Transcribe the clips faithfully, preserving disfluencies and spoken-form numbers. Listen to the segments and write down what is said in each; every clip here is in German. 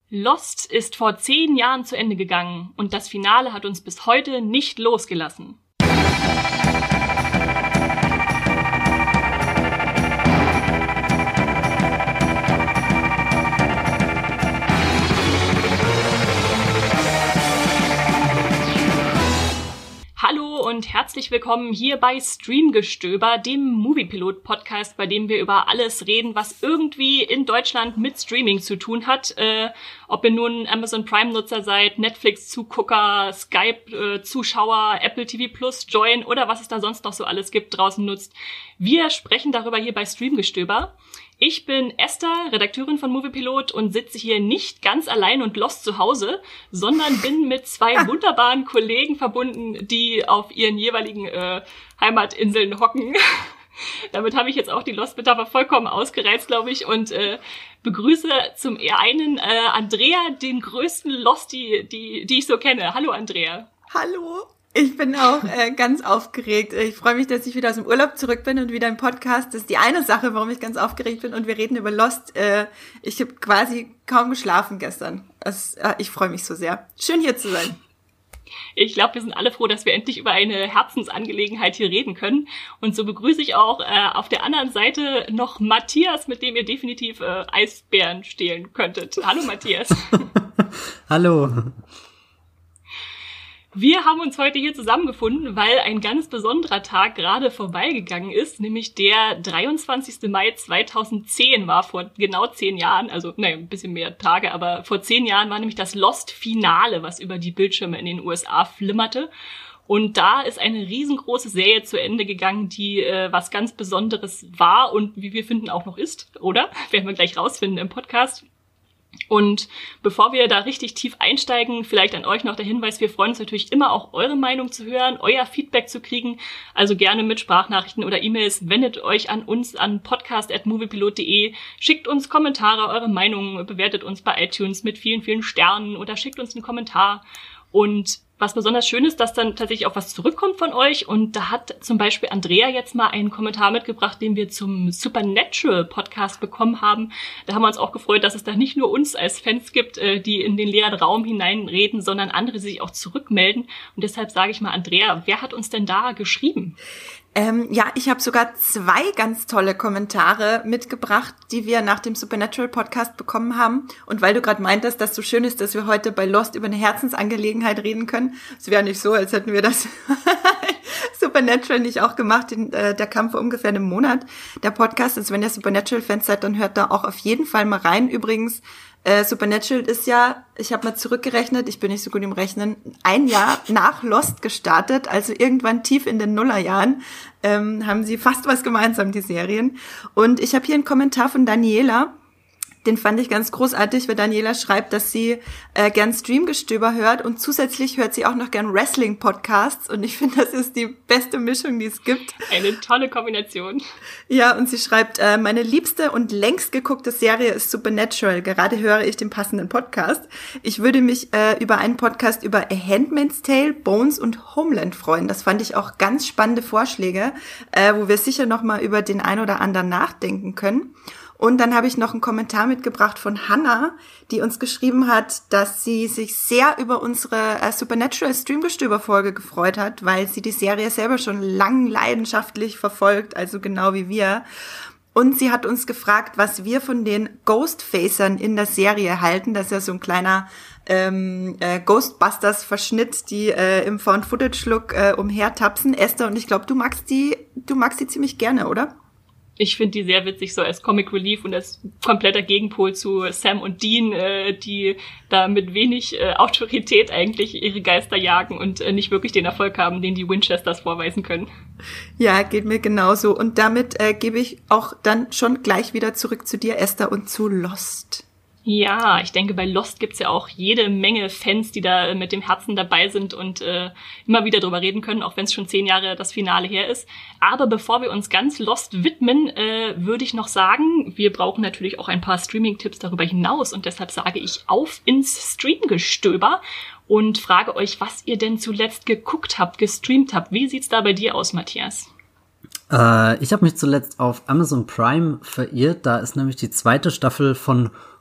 Lost ist vor zehn Jahren zu Ende gegangen und das Finale hat uns bis heute nicht losgelassen. Hallo und herzlich willkommen hier bei Streamgestöber, dem Moviepilot-Podcast, bei dem wir über alles reden, was irgendwie in Deutschland mit Streaming zu tun hat. Äh, ob ihr nun Amazon Prime-Nutzer seid, Netflix-Zugucker, Skype-Zuschauer, Apple T V Plus, Join oder was es da sonst noch so alles gibt, draußen nutzt. Wir sprechen darüber hier bei Streamgestöber. Ich bin Esther, Redakteurin von Moviepilot und sitze hier nicht ganz allein und lost zu Hause, sondern bin mit zwei wunderbaren Kollegen verbunden, die auf ihren jeweiligen äh, Heimatinseln hocken. Damit habe ich jetzt auch die Lost-Metapher vollkommen ausgereizt, glaube ich, und äh, begrüße zum einen äh, Andrea, den größten Losty, die, die ich so kenne. Hallo Andrea. Hallo. Ich bin auch äh, ganz aufgeregt. Ich freue mich, dass ich wieder aus dem Urlaub zurück bin und wieder im Podcast. Das ist die eine Sache, warum ich ganz aufgeregt bin. Und wir reden über Lost. Äh, ich habe quasi kaum geschlafen gestern. Das, äh, ich freue mich so sehr. Schön, hier zu sein. Ich glaube, wir sind alle froh, dass wir endlich über eine Herzensangelegenheit hier reden können. Und so begrüße ich auch äh, auf der anderen Seite noch Matthias, mit dem ihr definitiv äh, Eisbären stehlen könntet. Hallo Matthias. Hallo. Wir haben uns heute hier zusammengefunden, weil ein ganz besonderer Tag gerade vorbeigegangen ist, nämlich der dreiundzwanzigster Mai zweitausendzehn war vor genau zehn Jahren, also naja, ein bisschen mehr Tage, aber vor zehn Jahren war nämlich das Lost-Finale, was über die Bildschirme in den U S A flimmerte. Und da ist eine riesengroße Serie zu Ende gegangen, die äh, was ganz Besonderes war und wie wir finden auch noch ist, oder? Werden wir gleich rausfinden im Podcast. Und bevor wir da richtig tief einsteigen, vielleicht an euch noch der Hinweis, wir freuen uns natürlich immer auch eure Meinung zu hören, euer Feedback zu kriegen, also gerne mit Sprachnachrichten oder E-Mails, wendet euch an uns an podcast at moviepilot punkt de, schickt uns Kommentare, eure Meinung, bewertet uns bei iTunes mit vielen, vielen Sternen oder schickt uns einen Kommentar. Und was besonders schön ist, dass dann tatsächlich auch was zurückkommt von euch. Und da hat zum Beispiel Andrea jetzt mal einen Kommentar mitgebracht, den wir zum Supernatural-Podcast bekommen haben. Da haben wir uns auch gefreut, dass es da nicht nur uns als Fans gibt, die in den leeren Raum hineinreden, sondern andere, die sich auch zurückmelden. Und deshalb sage ich mal, Andrea, wer hat uns denn da geschrieben? Ähm, ja, ich habe sogar zwei ganz tolle Kommentare mitgebracht, die wir nach dem Supernatural-Podcast bekommen haben. Und weil du gerade meintest, dass so schön ist, dass wir heute bei Lost über eine Herzensangelegenheit reden können, es wäre nicht so, als hätten wir das Supernatural nicht auch gemacht. In, äh, der kam vor ungefähr einem Monat, der Podcast. Also wenn ihr Supernatural-Fans seid, dann hört da auch auf jeden Fall mal rein. Übrigens, Äh, Supernatural ist ja, ich habe mal zurückgerechnet, ich bin nicht so gut im Rechnen, ein Jahr nach Lost gestartet, also irgendwann tief in den Nullerjahren, ähm, haben sie fast was gemeinsam, die Serien. Und ich habe hier einen Kommentar von Daniela, den fand ich ganz großartig, weil Daniela schreibt, dass sie äh, gern Streamgestöber hört und zusätzlich hört sie auch noch gern Wrestling-Podcasts und ich finde, das ist die beste Mischung, die es gibt. Eine tolle Kombination. Ja, und sie schreibt, äh, meine liebste und längst geguckte Serie ist Supernatural. Gerade höre ich den passenden Podcast. Ich würde mich äh, über einen Podcast über A Handmaid's Tale, Bones und Homeland freuen. Das fand ich auch ganz spannende Vorschläge, äh, wo wir sicher noch mal über den ein oder anderen nachdenken können. Und dann habe ich noch einen Kommentar mitgebracht von Hannah, die uns geschrieben hat, dass sie sich sehr über unsere äh, Supernatural Streamgestöber-Folge gefreut hat, weil sie die Serie selber schon lang leidenschaftlich verfolgt, also genau wie wir. Und sie hat uns gefragt, was wir von den Ghostfacern in der Serie halten. Das ist ja so ein kleiner ähm, äh, Ghostbusters-Verschnitt, die äh, im Found-Footage-Look äh, umhertapsen. Esther, und ich glaube, du magst die, du magst die ziemlich gerne, oder? Ich finde die sehr witzig, so als Comic Relief und als kompletter Gegenpol zu Sam und Dean, äh, die da mit wenig äh, Autorität eigentlich ihre Geister jagen und äh, nicht wirklich den Erfolg haben, den die Winchesters vorweisen können. Ja, geht mir genauso. Und damit äh, gebe ich auch dann schon gleich wieder zurück zu dir, Esther, und zu Lost. Ja, ich denke, bei Lost gibt's ja auch jede Menge Fans, die da mit dem Herzen dabei sind und äh, immer wieder drüber reden können, auch wenn es schon zehn Jahre das Finale her ist. Aber bevor wir uns ganz Lost widmen, äh, würde ich noch sagen, wir brauchen natürlich auch ein paar Streaming-Tipps darüber hinaus und deshalb sage ich auf ins Streamgestöber und frage euch, was ihr denn zuletzt geguckt habt, gestreamt habt. Wie sieht's da bei dir aus, Matthias? Äh, ich habe mich zuletzt auf Amazon Prime verirrt. Da ist nämlich die zweite Staffel von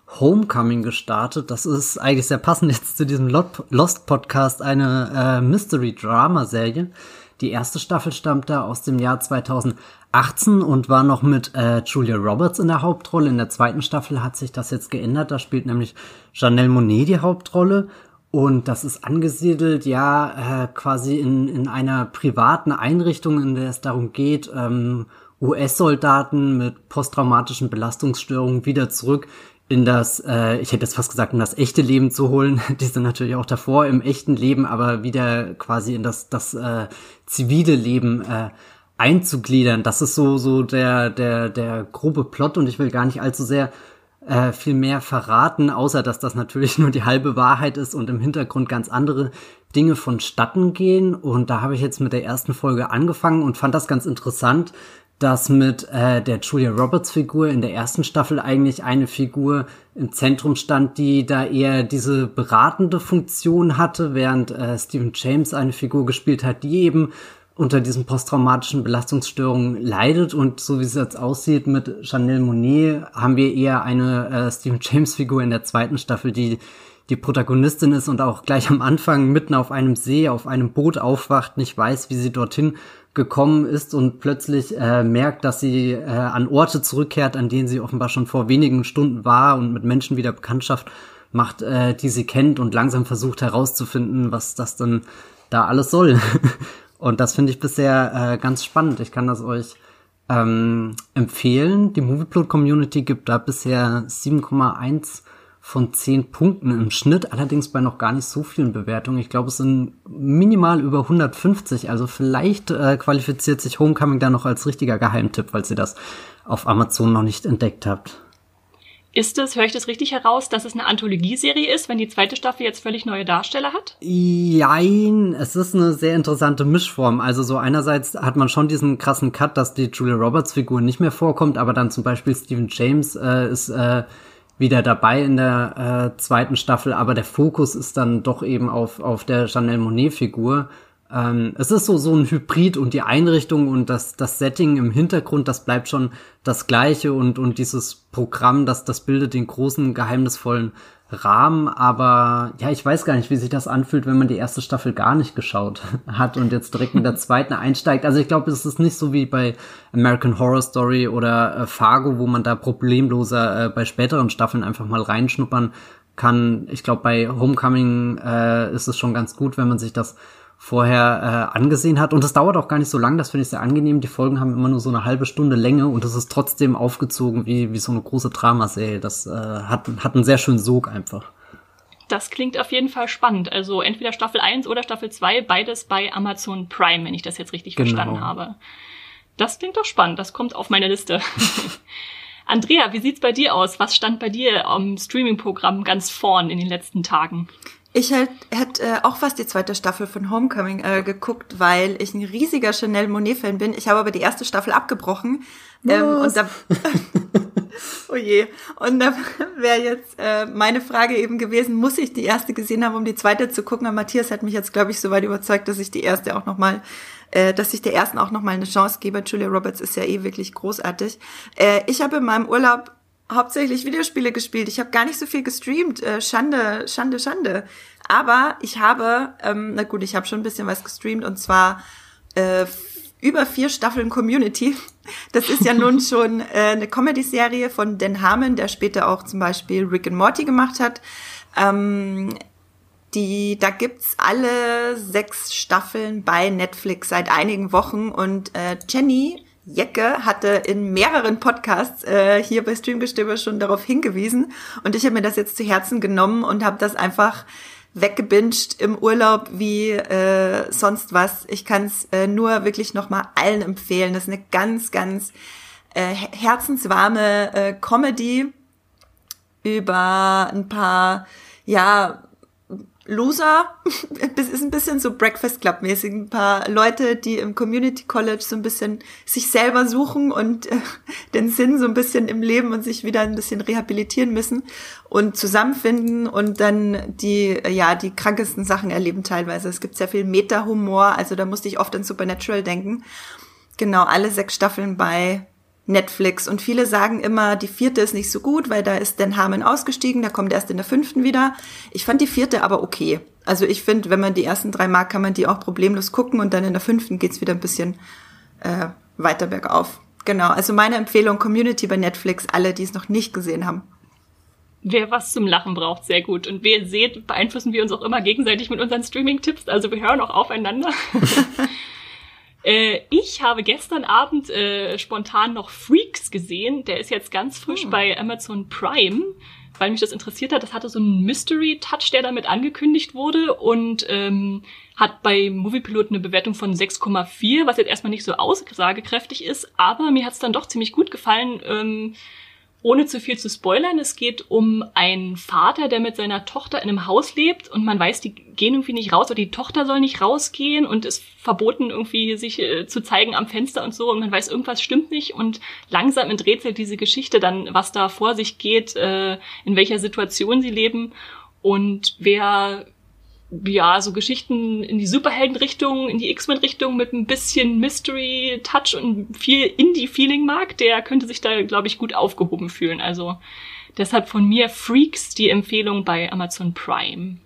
Homecoming gestartet. Das ist eigentlich sehr passend jetzt zu diesem Lost-Podcast, eine äh, Mystery-Drama-Serie. Die erste Staffel stammte aus dem Jahr zweitausendachtzehn und war noch mit äh, Julia Roberts in der Hauptrolle. In der zweiten Staffel hat sich das jetzt geändert. Da spielt nämlich Janelle Monáe die Hauptrolle. Und das ist angesiedelt, ja, äh, quasi in, in einer privaten Einrichtung, in der es darum geht, ähm, U S-Soldaten mit posttraumatischen Belastungsstörungen wieder zurück in das, äh, ich hätte jetzt fast gesagt, in das echte Leben zu holen. Die sind natürlich auch davor im echten Leben, aber wieder quasi in das, das äh, zivile Leben äh, einzugliedern. Das ist so so der der der grobe Plot und ich will gar nicht allzu sehr äh, viel mehr verraten, außer dass das natürlich nur die halbe Wahrheit ist und im Hintergrund ganz andere Dinge vonstatten gehen. Und da habe ich jetzt mit der ersten Folge angefangen und fand das ganz interessant, dass mit äh, der Julia Roberts Figur in der ersten Staffel eigentlich eine Figur im Zentrum stand, die da eher diese beratende Funktion hatte, während äh, Stephen James eine Figur gespielt hat, die eben unter diesen posttraumatischen Belastungsstörungen leidet. Und so wie es jetzt aussieht mit Janelle Monáe, haben wir eher eine äh, Stephen James Figur in der zweiten Staffel, die die Protagonistin ist und auch gleich am Anfang mitten auf einem See, auf einem Boot aufwacht, nicht weiß, wie sie dorthin gekommen ist und plötzlich äh, merkt, dass sie äh, an Orte zurückkehrt, an denen sie offenbar schon vor wenigen Stunden war und mit Menschen wieder Bekanntschaft macht, äh, die sie kennt und langsam versucht herauszufinden, was das denn da alles soll. Und das finde ich bisher äh, ganz spannend. Ich kann das euch ähm, empfehlen. Die Movieplot Community gibt da bisher sieben Komma eins von zehn Punkten im Schnitt, allerdings bei noch gar nicht so vielen Bewertungen. Ich glaube, es sind minimal über hundertfünfzig, also vielleicht äh, qualifiziert sich Homecoming da noch als richtiger Geheimtipp, falls ihr das auf Amazon noch nicht entdeckt habt. Ist es, höre ich das richtig heraus, dass es eine Anthologieserie ist, wenn die zweite Staffel jetzt völlig neue Darsteller hat? Jein, es ist eine sehr interessante Mischform. Also so einerseits hat man schon diesen krassen Cut, dass die Julia Roberts Figur nicht mehr vorkommt, aber dann zum Beispiel Stephen James äh, ist äh, wieder dabei in der äh, zweiten Staffel, aber der Fokus ist dann doch eben auf auf der Janelle Monáe-Figur. Ähm, es ist so so ein Hybrid und die Einrichtung und das das Setting im Hintergrund, das bleibt schon das Gleiche und und dieses Programm, das das bildet den großen geheimnisvollen Rahmen, aber ja, ich weiß gar nicht, wie sich das anfühlt, wenn man die erste Staffel gar nicht geschaut hat und jetzt direkt in der zweiten einsteigt. Also ich glaube, es ist nicht so wie bei American Horror Story oder äh, Fargo, wo man da problemloser äh, bei späteren Staffeln einfach mal reinschnuppern kann. Ich glaube, bei Homecoming äh, ist es schon ganz gut, wenn man sich das vorher äh, angesehen hat. Und es dauert auch gar nicht so lang, das finde ich sehr angenehm. Die Folgen haben immer nur so eine halbe Stunde Länge und es ist trotzdem aufgezogen wie wie so eine große Dramaserie. Das äh, hat hat einen sehr schönen Sog einfach. Das klingt auf jeden Fall spannend. Also entweder Staffel eins oder Staffel zwei, beides bei Amazon Prime, wenn ich das jetzt richtig genau. verstanden habe. Das klingt doch spannend, das kommt auf meine Liste. Andrea, wie sieht's bei dir aus? Was stand bei dir am Streaming-Programm ganz vorn in den letzten Tagen? Ich halt, hätte äh, auch fast die zweite Staffel von Homecoming äh, geguckt, weil ich ein riesiger Janelle Monáe-Fan bin. Ich habe aber die erste Staffel abgebrochen. Ähm, und da oh je. Und da wäre jetzt äh, meine Frage eben gewesen, muss ich die erste gesehen haben, um die zweite zu gucken? Und Matthias hat mich jetzt, glaube ich, so weit überzeugt, dass ich die erste auch noch mal, äh, dass ich der ersten auch noch mal eine Chance gebe. Julia Roberts ist ja eh wirklich großartig. Äh, ich habe in meinem Urlaub hauptsächlich Videospiele gespielt. Ich habe gar nicht so viel gestreamt. Äh, Schande, Schande, Schande. Aber ich habe, ähm, na gut, ich habe schon ein bisschen was gestreamt und zwar äh, f- über vier Staffeln Community. Das ist ja nun schon äh, eine Comedy-Serie von Dan Harmon, der später auch zum Beispiel Rick and Morty gemacht hat. Ähm, die, da gibt's alle sechs Staffeln bei Netflix seit einigen Wochen und äh, Jenny Jecke hatte in mehreren Podcasts äh, hier bei Streamgestöber schon darauf hingewiesen und ich habe mir das jetzt zu Herzen genommen und habe das einfach weggebinged im Urlaub wie äh, sonst was. Ich kann es äh, nur wirklich nochmal allen empfehlen. Das ist eine ganz, ganz äh, herzenswarme äh, Comedy über ein paar, ja, Loser, es ist ein bisschen so Breakfast Club mäßig, ein paar Leute, die im Community College so ein bisschen sich selber suchen und äh, den Sinn so ein bisschen im Leben und sich wieder ein bisschen rehabilitieren müssen und zusammenfinden und dann die, ja, die krankesten Sachen erleben teilweise. Es gibt sehr viel Meta-Humor, also da musste ich oft an Supernatural denken. Genau, alle sechs Staffeln bei Netflix. Und viele sagen immer, die vierte ist nicht so gut, weil da ist Dan Harmon ausgestiegen, der kommt erst in der fünften wieder. Ich fand die vierte aber okay. Also ich finde, wenn man die ersten drei mag, kann man die auch problemlos gucken und dann in der fünften geht's wieder ein bisschen äh, weiter bergauf. Genau, also meine Empfehlung, Community bei Netflix, alle, die es noch nicht gesehen haben. Wer was zum Lachen braucht, sehr gut. Und wie ihr seht, beeinflussen wir uns auch immer gegenseitig mit unseren Streaming-Tipps, also wir hören auch aufeinander. äh, ich habe gestern Abend äh, spontan noch Freaks gesehen, der ist jetzt ganz frisch hm. bei Amazon Prime, weil mich das interessiert hat. Das hatte so einen Mystery-Touch, der damit angekündigt wurde und ähm, hat bei Moviepilot eine Bewertung von sechs Komma vier, was jetzt erstmal nicht so aussagekräftig ist, aber mir hat es dann doch ziemlich gut gefallen, ähm, ohne zu viel zu spoilern. Es geht um einen Vater, der mit seiner Tochter in einem Haus lebt und man weiß, die gehen irgendwie nicht raus oder die Tochter soll nicht rausgehen und ist verboten, irgendwie sich äh, zu zeigen am Fenster und so und man weiß, irgendwas stimmt nicht und langsam enträtselt diese Geschichte dann, was da vor sich geht, äh, in welcher Situation sie leben und wer ja, so Geschichten in die Superhelden-Richtung, in die X-Men-Richtung mit ein bisschen Mystery-Touch und viel Indie-Feeling mag, der könnte sich da, glaube ich, gut aufgehoben fühlen. Also deshalb von mir Freaks, die Empfehlung bei Amazon Prime.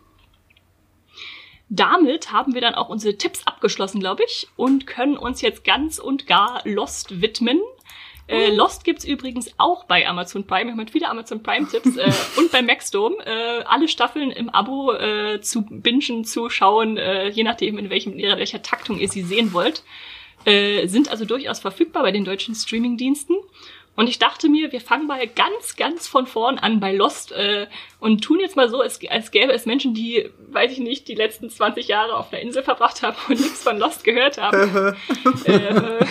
Damit haben wir dann auch unsere Tipps abgeschlossen, glaube ich, und können uns jetzt ganz und gar Lost widmen. Äh, Lost gibt's übrigens auch bei Amazon Prime. Wir haben heute wieder Amazon Prime-Tipps äh, und bei Maxdome. Äh, alle Staffeln im Abo äh, zu bingen, zu schauen, äh, je nachdem, in welchem, in welcher Taktung ihr sie sehen wollt, äh, sind also durchaus verfügbar bei den deutschen Streaming-Diensten. Und ich dachte mir, wir fangen mal ganz, ganz von vorn an bei Lost äh, und tun jetzt mal so, als, als gäbe es Menschen, die, weiß ich nicht, die letzten zwanzig Jahre auf einer Insel verbracht haben und nichts von Lost gehört haben. äh,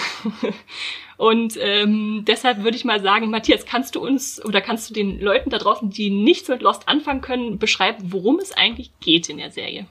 Und ähm, deshalb würde ich mal sagen, Matthias, kannst du uns oder kannst du den Leuten da draußen, die nichts mit Lost anfangen können, beschreiben, worum es eigentlich geht in der Serie?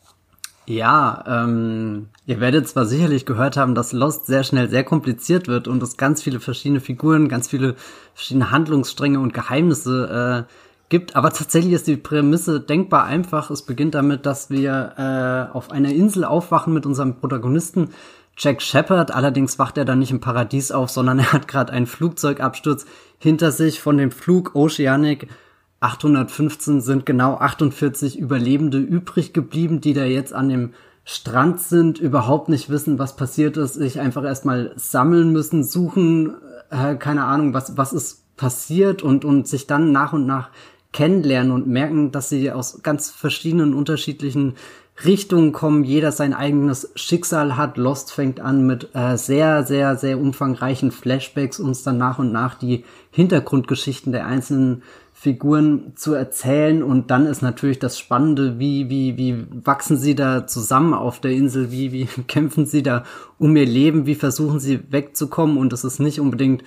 Ja, ähm, ihr werdet zwar sicherlich gehört haben, dass Lost sehr schnell sehr kompliziert wird und es ganz viele verschiedene Figuren, ganz viele verschiedene Handlungsstränge und Geheimnisse äh, gibt, aber tatsächlich ist die Prämisse denkbar einfach. Es beginnt damit, dass wir äh, auf einer Insel aufwachen mit unserem Protagonisten Jack Shephard, allerdings wacht er dann nicht im Paradies auf, sondern er hat gerade einen Flugzeugabsturz hinter sich. Von dem Flug Oceanic achthundertfünfzehn sind genau achtundvierzig Überlebende übrig geblieben, die da jetzt an dem Strand sind, überhaupt nicht wissen, was passiert ist, sich einfach erstmal sammeln müssen, suchen, äh, keine Ahnung, was was ist passiert und und sich dann nach und nach kennenlernen und merken, dass sie aus ganz verschiedenen unterschiedlichen Richtungen kommen, jeder sein eigenes Schicksal hat. Lost fängt an mit äh, sehr, sehr, sehr umfangreichen Flashbacks, uns dann nach und nach die Hintergrundgeschichten der einzelnen Figuren zu erzählen. Und dann ist natürlich das Spannende, wie, wie, wie wachsen sie da zusammen auf der Insel, wie, wie kämpfen sie da um ihr Leben, wie versuchen sie wegzukommen. Und es ist nicht unbedingt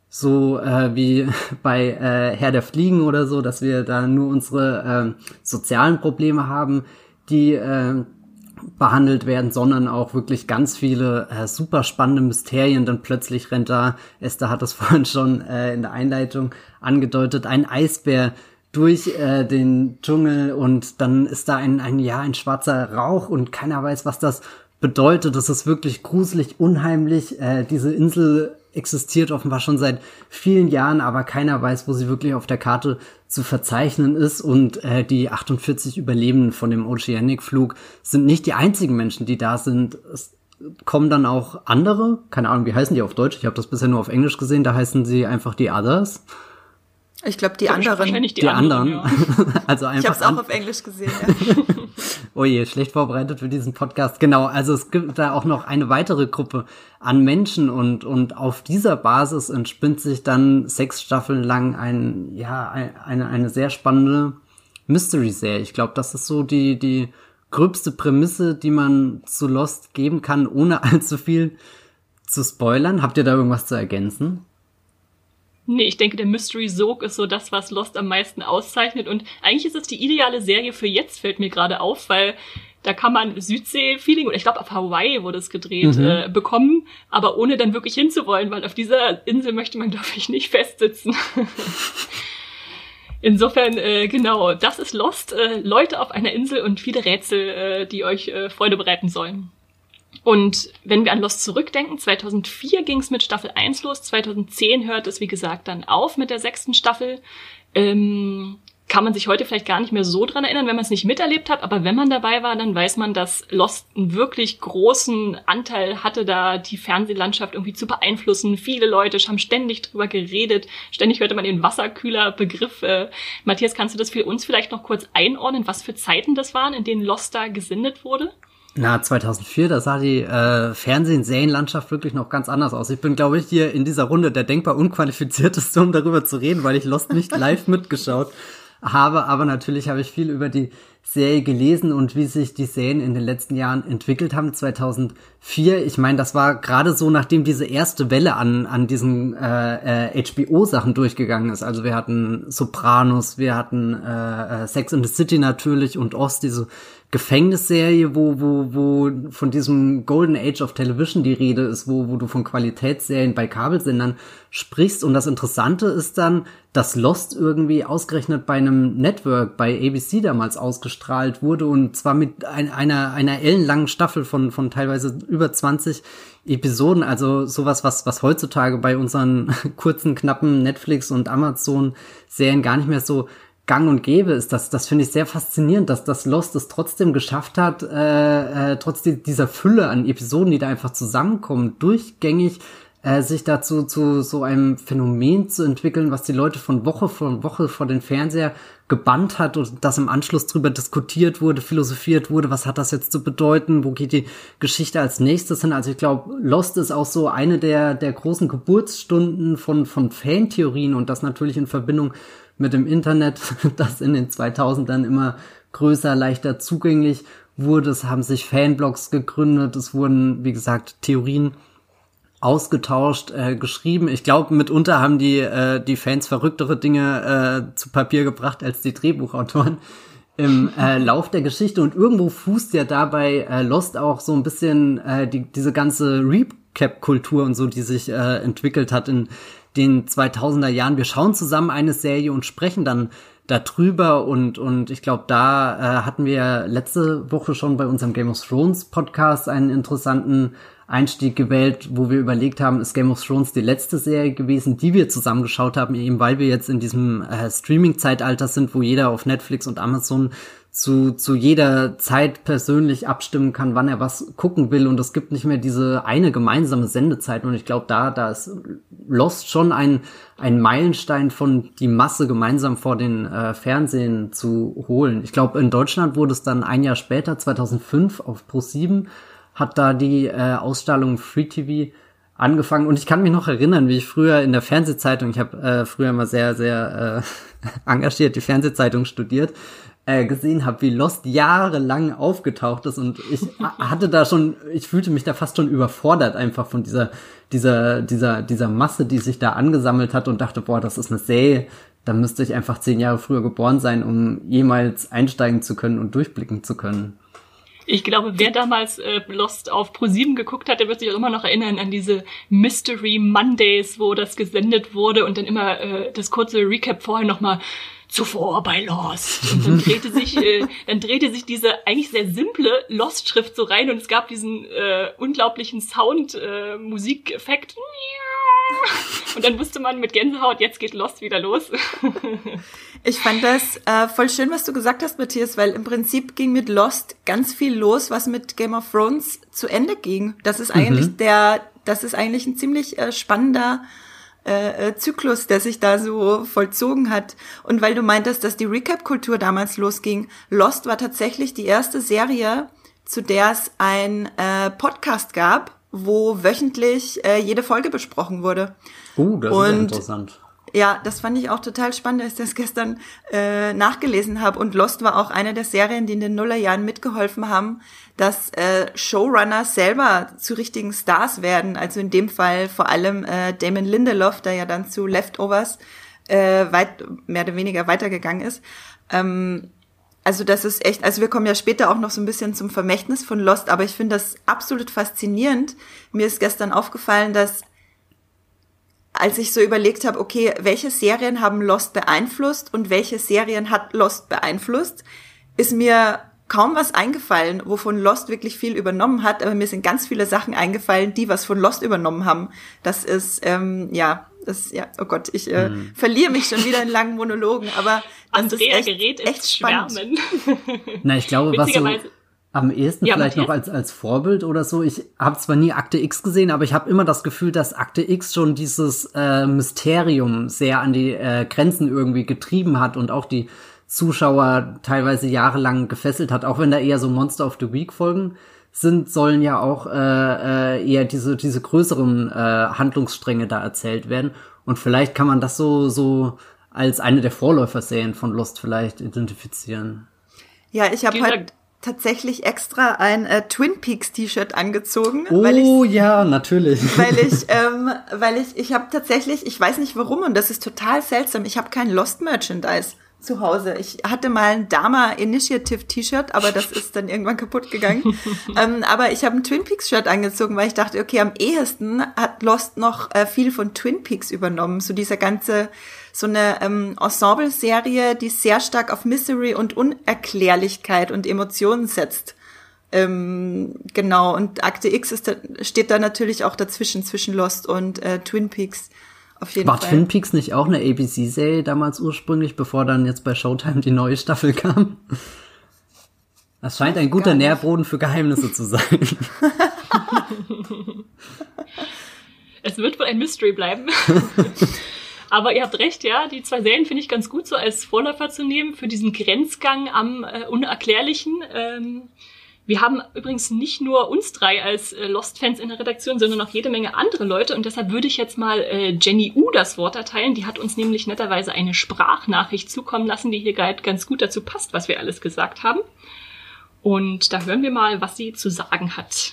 so äh, wie bei äh, Herr der Fliegen oder so, dass wir da nur unsere äh, sozialen Probleme haben, die äh, behandelt werden, sondern auch wirklich ganz viele äh, super spannende Mysterien. Dann plötzlich rennt da, Esther hat es vorhin schon äh, in der Einleitung angedeutet, ein Eisbär durch äh, den Dschungel und dann ist da ein, ein, ja, ein schwarzer Rauch und keiner weiß, was das bedeutet. Das ist wirklich gruselig, unheimlich. Äh, diese Insel existiert offenbar schon seit vielen Jahren, aber keiner weiß, wo sie wirklich auf der Karte zu verzeichnen ist. Und äh, die achtundvierzig Überlebenden von dem Oceanic-Flug sind nicht die einzigen Menschen, die da sind. Es kommen dann auch andere, keine Ahnung, wie heißen die auf Deutsch? Ich habe das bisher nur auf Englisch gesehen, da heißen sie einfach die Others. Ich glaube, die anderen. Wahrscheinlich die, die anderen. anderen. Ja. Also einfach ich habe es auch auf Englisch gesehen. Ja. Oh je, schlecht vorbereitet für diesen Podcast. Genau, also es gibt da auch noch eine weitere Gruppe an Menschen und und auf dieser Basis entspinnt sich dann sechs Staffeln lang ein ja eine eine sehr spannende Mystery-Serie. Ich glaube, das ist so die die gröbste Prämisse, die man zu Lost geben kann, ohne allzu viel zu spoilern. Habt ihr da irgendwas zu ergänzen? Nee, ich denke, der Mystery-Sog ist so das, was Lost am meisten auszeichnet. Und eigentlich ist es die ideale Serie für jetzt, fällt mir gerade auf, weil da kann man Südsee-Feeling, oder ich glaube auf Hawaii wurde es gedreht, mhm. äh, bekommen, aber ohne dann wirklich hinzuwollen, weil auf dieser Insel möchte man, glaube ich, nicht festsitzen. Insofern, äh, genau, das ist Lost. Äh, Leute auf einer Insel und viele Rätsel, äh, die euch äh, Freude bereiten sollen. Und wenn wir an Lost zurückdenken, zweitausendvier ging es mit Staffel eins los, zweitausendzehn hört es, wie gesagt, dann auf mit der sechsten Staffel. Ähm, kann man sich heute vielleicht gar nicht mehr so dran erinnern, wenn man es nicht miterlebt hat, aber wenn man dabei war, dann weiß man, dass Lost einen wirklich großen Anteil hatte, da die Fernsehlandschaft irgendwie zu beeinflussen. Viele Leute haben ständig drüber geredet, ständig hörte man den Wasserkühler-Begriff. Äh, Matthias, kannst du das für uns vielleicht noch kurz einordnen, was für Zeiten das waren, in denen Lost da gesendet wurde? Na, zweitausendvier, da sah die äh, Fernseh- und Serienlandschaft wirklich noch ganz anders aus. Ich bin, glaube ich, hier in dieser Runde der denkbar unqualifizierteste, um darüber zu reden, weil ich Lost nicht live mitgeschaut habe. Aber natürlich habe ich viel über die Serie gelesen und wie sich die Serien in den letzten Jahren entwickelt haben. zweitausendvier, ich meine, das war gerade so, nachdem diese erste Welle an an diesen äh, äh, H B O-Sachen durchgegangen ist. Also wir hatten Sopranos, wir hatten äh, Sex and the City natürlich und Oz, diese Gefängnisserie, wo wo wo von diesem Golden Age of Television die Rede ist, wo wo du von Qualitätsserien bei Kabelsendern sprichst. Und das Interessante ist dann, dass Lost irgendwie ausgerechnet bei einem Network, bei A B C damals ausgestrahlt wurde, und zwar mit ein, einer einer ellenlangen Staffel von von teilweise über zwanzig Episoden, also sowas, was was heutzutage bei unseren kurzen, knappen Netflix- und Amazon-Serien gar nicht mehr so gang und gäbe ist. Das, das finde ich sehr faszinierend, dass das Lost es trotzdem geschafft hat, äh, äh, trotz dieser Fülle an Episoden, die da einfach zusammenkommen, durchgängig äh, sich dazu zu so einem Phänomen zu entwickeln, was die Leute von Woche vor Woche vor den Fernseher gebannt hat und dass im Anschluss drüber diskutiert wurde, philosophiert wurde, was hat das jetzt zu bedeuten, wo geht die Geschichte als nächstes hin. Also ich glaube, Lost ist auch so eine der der großen Geburtsstunden von von Fantheorien, und das natürlich in Verbindung mit dem Internet, das in den zweitausendern immer größer, leichter zugänglich wurde. Es haben sich Fanblogs gegründet, es wurden, wie gesagt, Theorien ausgetauscht, äh, geschrieben. Ich glaube, mitunter haben die äh, die Fans verrücktere Dinge äh, zu Papier gebracht als die Drehbuchautoren im äh, Lauf der Geschichte. Und irgendwo fußt ja dabei äh, Lost auch so ein bisschen äh, die, diese ganze Recap-Kultur und so, die sich äh, entwickelt hat in den zweitausender Jahren. Wir schauen zusammen eine Serie und sprechen dann darüber, und und ich glaube, da äh, hatten wir letzte Woche schon bei unserem Game of Thrones Podcast einen interessanten Einstieg gewählt, wo wir überlegt haben, ist Game of Thrones die letzte Serie gewesen, die wir zusammen geschaut haben, eben weil wir jetzt in diesem äh, Streaming-Zeitalter sind, wo jeder auf Netflix und Amazon zu zu jeder Zeit persönlich abstimmen kann, wann er was gucken will, und es gibt nicht mehr diese eine gemeinsame Sendezeit. Und ich glaube, da da ist Lost schon ein ein Meilenstein von die Masse gemeinsam vor den äh, Fernsehen zu holen. Ich glaube, in Deutschland wurde es dann ein Jahr später, zweitausendfünf, auf Pro sieben hat da die äh, Ausstrahlung Free T V angefangen. Und ich kann mich noch erinnern, wie ich früher in der Fernsehzeitung, ich habe äh, früher immer sehr sehr äh, engagiert die Fernsehzeitung studiert, Äh, gesehen habe, wie Lost jahrelang aufgetaucht ist, und ich hatte da schon, ich fühlte mich da fast schon überfordert einfach von dieser dieser dieser dieser Masse, die sich da angesammelt hat, und dachte, boah, das ist eine Serie, da müsste ich einfach zehn Jahre früher geboren sein, um jemals einsteigen zu können und durchblicken zu können. Ich glaube, wer damals äh, Lost auf Pro sieben geguckt hat, der wird sich auch immer noch erinnern an diese Mystery Mondays, wo das gesendet wurde und dann immer äh, das kurze Recap vorher nochmal zuvor bei Lost. Und dann drehte sich, äh, dann drehte sich diese eigentlich sehr simple Lost-Schrift so rein, und es gab diesen äh, unglaublichen Sound, äh, Musikeffekt. Und dann wusste man mit Gänsehaut, jetzt geht Lost wieder los. Ich fand das äh, voll schön, was du gesagt hast, Matthias, weil im Prinzip ging mit Lost ganz viel los, was mit Game of Thrones zu Ende ging. Das ist eigentlich mhm. der, das ist eigentlich ein ziemlich äh, spannender äh, Zyklus, der sich da so vollzogen hat. Und weil du meintest, dass die Recap-Kultur damals losging, Lost war tatsächlich die erste Serie, zu der es ein äh, Podcast gab, wo wöchentlich äh, jede Folge besprochen wurde. Uh, das und, ist ja interessant. Ja, das fand ich auch total spannend, als ich das gestern äh, nachgelesen habe. Und Lost war auch eine der Serien, die in den Nullerjahren mitgeholfen haben, dass äh, Showrunner selber zu richtigen Stars werden. Also in dem Fall vor allem äh, Damon Lindelof, der ja dann zu Leftovers äh, weit mehr oder weniger weitergegangen ist. Ähm, also das ist echt, also wir kommen ja später auch noch so ein bisschen zum Vermächtnis von Lost, aber ich finde das absolut faszinierend. Mir ist gestern aufgefallen, dass als ich so überlegt habe, okay, welche Serien haben Lost beeinflusst und welche Serien hat Lost beeinflusst, ist mir kaum was eingefallen, wovon Lost wirklich viel übernommen hat, aber mir sind ganz viele Sachen eingefallen, die was von Lost übernommen haben. Das ist, ähm, ja, das, ja, oh Gott, ich äh, hm. verliere mich schon wieder in langen Monologen, aber das Andrea ist echt, gerät ins echt spannend. Schwärmen. Na, ich glaube, was so am ehesten ja, vielleicht noch als als Vorbild oder so. Ich habe zwar nie Akte X gesehen, aber ich habe immer das Gefühl, dass Akte X schon dieses äh, Mysterium sehr an die äh, Grenzen irgendwie getrieben hat und auch die Zuschauer teilweise jahrelang gefesselt hat. Auch wenn da eher so Monster of the Week Folgen sind, sollen ja auch äh, äh, eher diese diese größeren äh, Handlungsstränge da erzählt werden. Und vielleicht kann man das so so als eine der Vorläuferserien von Lost vielleicht identifizieren. Ja, ich habe heute tatsächlich extra ein äh, Twin Peaks T-Shirt angezogen. Oh weil ich, ja, natürlich. Weil ich, ähm, weil ich, ich habe tatsächlich, ich weiß nicht warum und das ist total seltsam, ich habe kein Lost Merchandise zu Hause. Ich hatte mal ein Dharma Initiative T-Shirt, aber das ist dann irgendwann kaputt gegangen. ähm, aber ich habe ein Twin Peaks Shirt angezogen, weil ich dachte, okay, am ehesten hat Lost noch äh, viel von Twin Peaks übernommen. So dieser ganze, so eine ähm, Ensemble-Serie, die sehr stark auf Mystery und Unerklärlichkeit und Emotionen setzt. Ähm, genau, und Akte X ist da, steht da natürlich auch dazwischen, zwischen Lost und äh, Twin Peaks. Auf jeden War Fall. Twin Peaks nicht auch eine A B C-Serie damals ursprünglich, bevor dann jetzt bei Showtime die neue Staffel kam? Das scheint ein guter Nährboden für Geheimnisse zu sein. Es wird wohl ein Mystery bleiben. Aber ihr habt recht, ja, die zwei Serien finde ich ganz gut so als Vorläufer zu nehmen für diesen Grenzgang am äh, Unerklärlichen. Ähm, wir haben übrigens nicht nur uns drei als äh, Lost-Fans in der Redaktion, sondern auch jede Menge andere Leute. Und deshalb würde ich jetzt mal äh, Jenny U das Wort erteilen. Die hat uns nämlich netterweise eine Sprachnachricht zukommen lassen, die hier gerade ganz gut dazu passt, was wir alles gesagt haben. Und da hören wir mal, was sie zu sagen hat.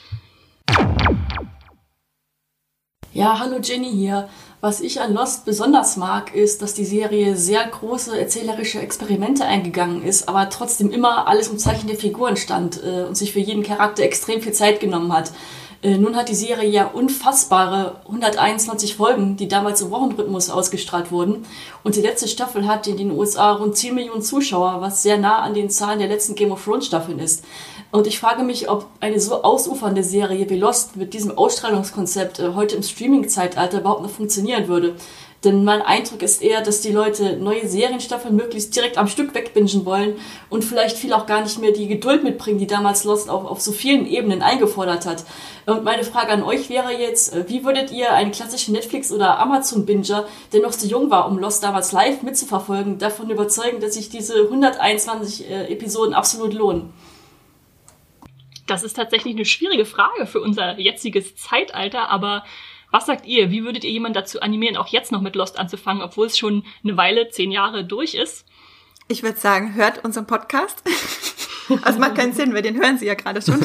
Ja, hallo Jenny hier. Was ich an Lost besonders mag, ist, dass die Serie sehr große erzählerische Experimente eingegangen ist, aber trotzdem immer alles im Zeichen der Figuren stand äh, und sich für jeden Charakter extrem viel Zeit genommen hat. Äh, nun hat die Serie ja unfassbare hunderteinundzwanzig Folgen, die damals im Wochenrhythmus ausgestrahlt wurden. Und die letzte Staffel hat in den U S A rund zehn Millionen Zuschauer, was sehr nah an den Zahlen der letzten Game of Thrones Staffeln ist. Und ich frage mich, ob eine so ausufernde Serie wie Lost mit diesem Ausstrahlungskonzept äh, heute im Streaming-Zeitalter überhaupt noch funktionieren würde. Denn mein Eindruck ist eher, dass die Leute neue Serienstaffeln möglichst direkt am Stück wegbingen wollen und vielleicht viel auch gar nicht mehr die Geduld mitbringen, die damals Lost auf, auf so vielen Ebenen eingefordert hat. Und meine Frage an euch wäre jetzt, wie würdet ihr einen klassischen Netflix- oder Amazon-Binger, der noch zu jung war, um Lost damals live mitzuverfolgen, davon überzeugen, dass sich diese hunderteinundzwanzig äh, Episoden absolut lohnen? Das ist tatsächlich eine schwierige Frage für unser jetziges Zeitalter, aber was sagt ihr? Wie würdet ihr jemanden dazu animieren, auch jetzt noch mit Lost anzufangen, obwohl es schon eine Weile, zehn Jahre durch ist? Ich würde sagen, hört unseren Podcast. Also macht keinen Sinn, weil den hören sie ja gerade schon.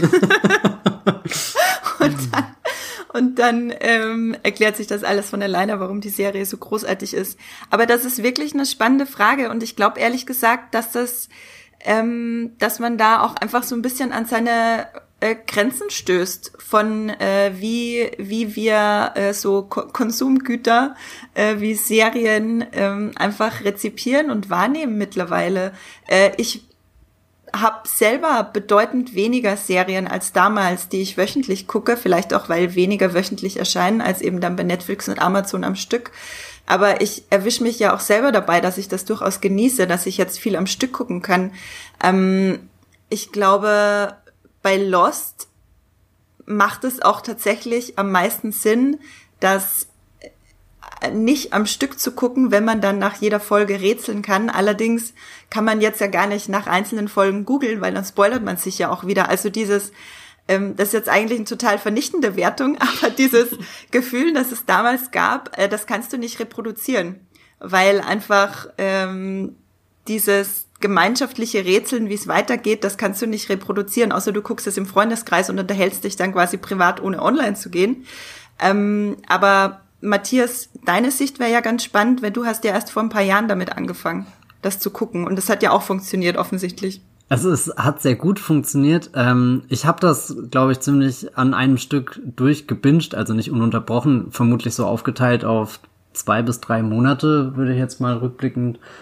und dann, und dann ähm, erklärt sich das alles von alleine, warum die Serie so großartig ist. Aber das ist wirklich eine spannende Frage und ich glaube ehrlich gesagt, dass das Ähm, dass man da auch einfach so ein bisschen an seine äh, Grenzen stößt von äh, wie wie wir äh, so Ko- Konsumgüter äh, wie Serien äh, einfach rezipieren und wahrnehmen mittlerweile. Äh, ich habe selber bedeutend weniger Serien als damals, die ich wöchentlich gucke, vielleicht auch, weil weniger wöchentlich erscheinen als eben dann bei Netflix und Amazon am Stück. Aber ich erwische mich ja auch selber dabei, dass ich das durchaus genieße, dass ich jetzt viel am Stück gucken kann. Ähm, ich glaube, bei Lost macht es auch tatsächlich am meisten Sinn, das nicht am Stück zu gucken, wenn man dann nach jeder Folge rätseln kann. Allerdings kann man jetzt ja gar nicht nach einzelnen Folgen googeln, weil dann spoilert man sich ja auch wieder. Also dieses Das ist jetzt eigentlich eine total vernichtende Wertung, aber dieses Gefühl, das es damals gab, das kannst du nicht reproduzieren, weil einfach ähm, dieses gemeinschaftliche Rätseln, wie es weitergeht, das kannst du nicht reproduzieren, außer du guckst es im Freundeskreis und unterhältst dich dann quasi privat, ohne online zu gehen. Ähm, aber Matthias, deine Sicht wäre ja ganz spannend, weil du hast ja erst vor ein paar Jahren damit angefangen, das zu gucken und das hat ja auch funktioniert offensichtlich. Also es hat sehr gut funktioniert. Ähm, ich habe das, glaube ich, ziemlich an einem Stück durchgebinged, also nicht ununterbrochen, vermutlich so aufgeteilt auf zwei bis drei Monate, würde ich jetzt mal rückblickend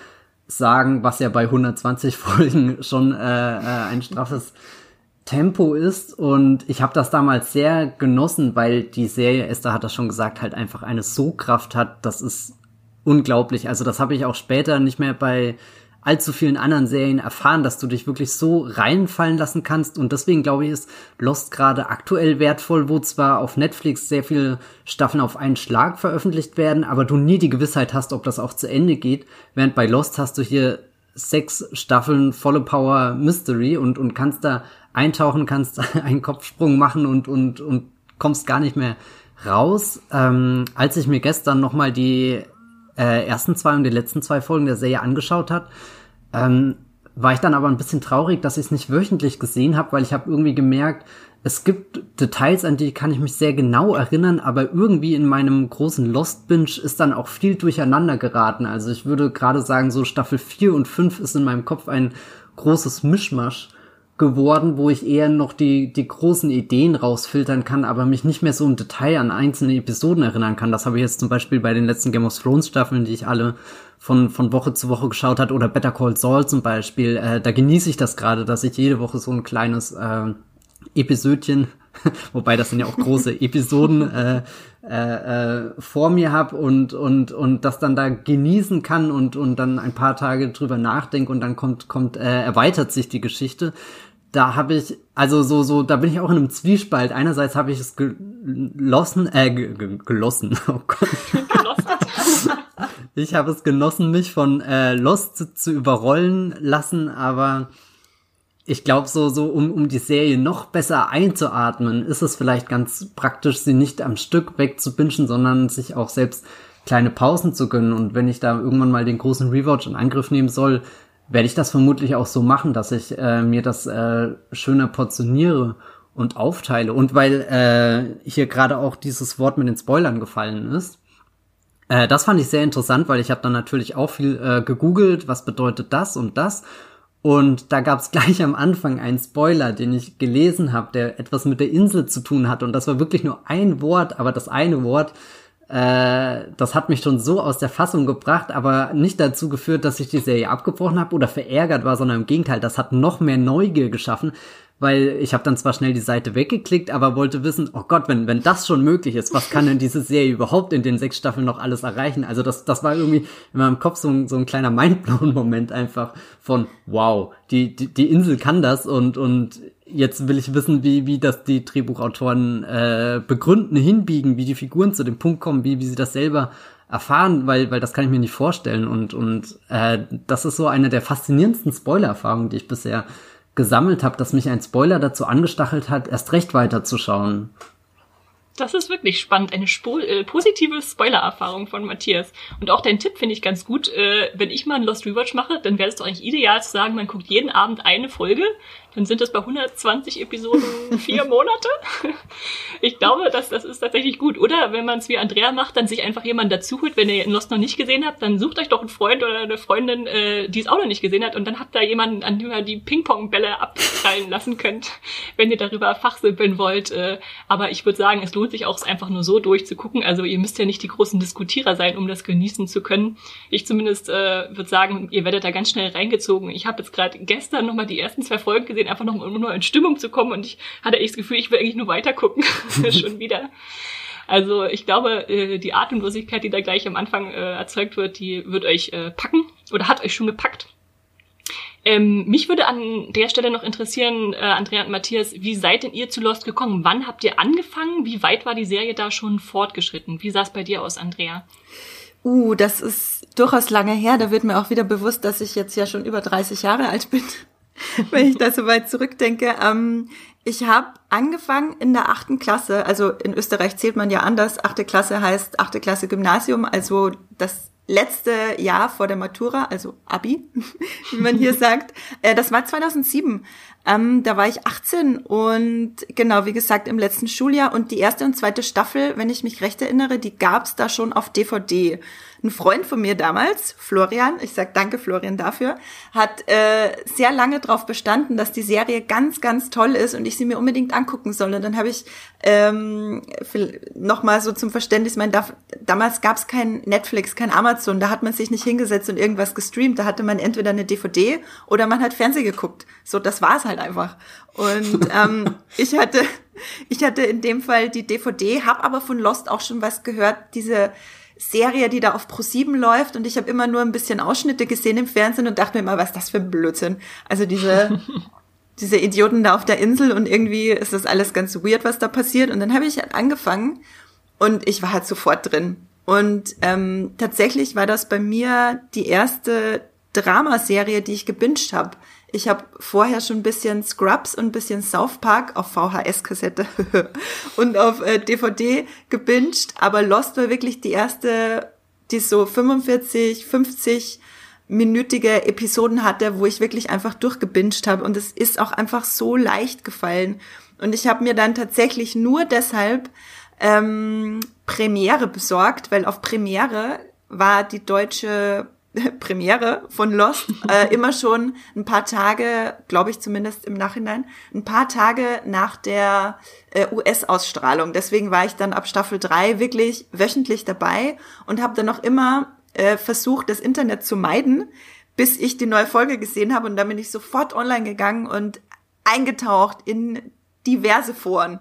sagen, was ja bei hundertzwanzig Folgen schon äh, äh, ein straffes Tempo ist. Und ich habe das damals sehr genossen, weil die Serie, Esther hat das schon gesagt, halt einfach eine Sogkraft hat. Das ist unglaublich. Also das habe ich auch später nicht mehr bei allzu vielen anderen Serien erfahren, dass du dich wirklich so reinfallen lassen kannst. Und deswegen glaube ich, ist Lost gerade aktuell wertvoll, wo zwar auf Netflix sehr viele Staffeln auf einen Schlag veröffentlicht werden, aber du nie die Gewissheit hast, ob das auch zu Ende geht. Während bei Lost hast du hier sechs Staffeln volle Power Mystery und und kannst da eintauchen, kannst einen Kopfsprung machen und und und kommst gar nicht mehr raus. Ähm, als ich mir gestern nochmal die äh, ersten zwei und die letzten zwei Folgen der Serie angeschaut hat, ähm, war ich dann aber ein bisschen traurig, dass ich es nicht wöchentlich gesehen habe, weil ich habe irgendwie gemerkt, es gibt Details, an die kann ich mich sehr genau erinnern, aber irgendwie in meinem großen Lost-Binge ist dann auch viel durcheinander geraten. Also ich würde gerade sagen, so Staffel vier und fünf ist in meinem Kopf ein großes Mischmasch geworden, wo ich eher noch die die großen Ideen rausfiltern kann, aber mich nicht mehr so im Detail an einzelne Episoden erinnern kann. Das habe ich jetzt zum Beispiel bei den letzten Game of Thrones Staffeln, die ich alle von von Woche zu Woche geschaut hat, oder Better Call Saul zum Beispiel. Äh, da genieße ich das gerade, dass ich jede Woche so ein kleines äh, Episödchen, wobei das sind ja auch große Episoden, äh, äh, äh, vor mir habe und und und das dann da genießen kann und und dann ein paar Tage drüber nachdenke und dann kommt kommt äh, erweitert sich die Geschichte. Da habe ich, also so, so, da bin ich auch in einem Zwiespalt. Einerseits habe ich es gelossen, äh, ge- gelossen, oh Gott. Ich habe es genossen, mich von äh, Lost zu, zu überrollen lassen, aber ich glaube, so, so, um, um die Serie noch besser einzuatmen, ist es vielleicht ganz praktisch, sie nicht am Stück wegzubingen, sondern sich auch selbst kleine Pausen zu gönnen. Und wenn ich da irgendwann mal den großen Rewatch in Angriff nehmen soll, werde ich das vermutlich auch so machen, dass ich äh, mir das äh, schöner portioniere und aufteile. Und weil äh, hier gerade auch dieses Wort mit den Spoilern gefallen ist, äh, das fand ich sehr interessant, weil ich habe dann natürlich auch viel äh, gegoogelt, was bedeutet das und das. Und da gab es gleich am Anfang einen Spoiler, den ich gelesen habe, der etwas mit der Insel zu tun hat. Und das war wirklich nur ein Wort, aber das eine Wort, äh, das hat mich schon so aus der Fassung gebracht, aber nicht dazu geführt, dass ich die Serie abgebrochen habe oder verärgert war, sondern im Gegenteil, das hat noch mehr Neugier geschaffen, weil ich habe dann zwar schnell die Seite weggeklickt, aber wollte wissen, oh Gott, wenn wenn das schon möglich ist, was kann denn diese Serie überhaupt in den sechs Staffeln noch alles erreichen? Also das das war irgendwie in meinem Kopf so ein, so ein kleiner Mindblown-Moment einfach von, wow, die, die die Insel kann das und und jetzt will ich wissen, wie wie das die Drehbuchautoren äh, begründen, hinbiegen, wie die Figuren zu dem Punkt kommen, wie wie sie das selber erfahren, weil weil das kann ich mir nicht vorstellen und und äh, das ist so eine der faszinierendsten Spoiler-Erfahrungen, die ich bisher gesammelt habe, dass mich ein Spoiler dazu angestachelt hat, erst recht weiterzuschauen. Das ist wirklich spannend. Eine spo- äh, positive Spoiler-Erfahrung von Matthias. Und auch dein Tipp finde ich ganz gut. Äh, wenn ich mal einen Lost Rewatch mache, dann wäre es doch eigentlich ideal zu sagen, man guckt jeden Abend eine Folge. Dann sind das bei hundertzwanzig Episoden vier Monate. Ich glaube, das, das ist tatsächlich gut. Oder wenn man es wie Andrea macht, dann sich einfach jemanden dazu holt. Wenn ihr Lost noch nicht gesehen habt, dann sucht euch doch einen Freund oder eine Freundin, äh, die es auch noch nicht gesehen hat. Und dann habt ihr jemanden, an dem ihr die Ping-Pong-Bälle abprallen lassen könnt, wenn ihr darüber fachsimpeln wollt. Äh, aber ich würde sagen, es lohnt sich auch, es einfach nur so durchzugucken. Also ihr müsst ja nicht die großen Diskutierer sein, um das genießen zu können. Ich zumindest äh, würde sagen, ihr werdet da ganz schnell reingezogen. Ich habe jetzt gerade gestern nochmal die ersten zwei Folgen gesehen, einfach noch, um nur in Stimmung zu kommen, und ich hatte echt das Gefühl, ich will eigentlich nur weiter gucken. Schon wieder. Also ich glaube, äh, die Atemlosigkeit, die da gleich am Anfang äh, erzeugt wird, die wird euch äh, packen oder hat euch schon gepackt. Ähm, mich würde an der Stelle noch interessieren, äh, Andrea und Matthias, wie seid denn ihr zu Lost gekommen? Wann habt ihr angefangen? Wie weit war die Serie da schon fortgeschritten? Wie sah es bei dir aus, Andrea? Uh, das ist durchaus lange her. Da wird mir auch wieder bewusst, dass ich jetzt ja schon über dreißig Jahre alt bin, wenn ich da so weit zurückdenke. Ähm, ich habe angefangen in der achten Klasse, also in Österreich zählt man ja anders. Achte Klasse heißt achte Klasse Gymnasium, also das letzte Jahr vor der Matura, also Abi, wie man hier sagt. Äh, das war zweitausendsieben. Ähm, da war ich achtzehn und genau, wie gesagt, im letzten Schuljahr. Und die erste und zweite Staffel, wenn ich mich recht erinnere, die gab's da schon auf D V D. Ein Freund von mir damals, Florian, ich sag danke Florian dafür, hat äh, sehr lange darauf bestanden, dass die Serie ganz, ganz toll ist und ich sie mir unbedingt angucken soll. Und dann habe ich ähm, nochmal so zum Verständnis, mein, da, damals gab's kein Netflix, kein Amazon, Amazon, da hat man sich nicht hingesetzt und irgendwas gestreamt, da hatte man entweder eine D V D oder man hat Fernsehen geguckt. So, das war's halt einfach. Und ähm, ich hatte ich hatte in dem Fall die D V D, habe aber von Lost auch schon was gehört, diese Serie, die da auf Pro sieben läuft, und ich habe immer nur ein bisschen Ausschnitte gesehen im Fernsehen und dachte mir immer, was ist das für ein Blödsinn? Also diese diese Idioten da auf der Insel, und irgendwie ist das alles ganz weird, was da passiert. Und dann habe ich halt angefangen und ich war halt sofort drin. Und ähm, tatsächlich war das bei mir die erste Dramaserie, die ich gebinged habe. Ich habe vorher schon ein bisschen Scrubs und ein bisschen South Park auf V H S-Kassette und auf äh, D V D gebinged, aber Lost war wirklich die erste, die so fünfundvierzig, fünfzig minütige Episoden hatte, wo ich wirklich einfach durchgebinged habe, und es ist auch einfach so leicht gefallen. Und ich habe mir dann tatsächlich nur deshalb ähm, Premiere besorgt, weil auf Premiere war die deutsche Premiere von Lost äh, immer schon ein paar Tage, glaube ich zumindest im Nachhinein, ein paar Tage nach der äh, U S-Ausstrahlung. Deswegen war ich dann ab Staffel drei wirklich wöchentlich dabei und habe dann noch immer äh, versucht, das Internet zu meiden, bis ich die neue Folge gesehen habe, und dann bin ich sofort online gegangen und eingetaucht in diverse Foren.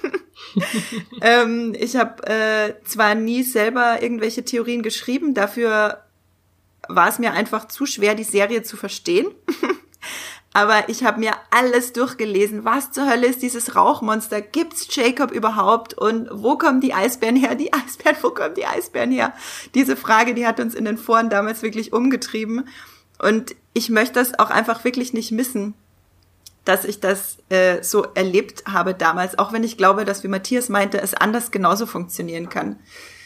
ähm, ich habe äh, zwar nie selber irgendwelche Theorien geschrieben, dafür war es mir einfach zu schwer, die Serie zu verstehen. Aber ich habe mir alles durchgelesen. Was zur Hölle ist dieses Rauchmonster? Gibt's Jacob überhaupt? Und wo kommen die Eisbären her? Die Eisbären, wo kommen die Eisbären her? Diese Frage, die hat uns in den Foren damals wirklich umgetrieben. Und ich möchte das auch einfach wirklich nicht missen, dass ich das äh, so erlebt habe damals. Auch wenn ich glaube, dass, wie Matthias meinte, es anders genauso funktionieren kann.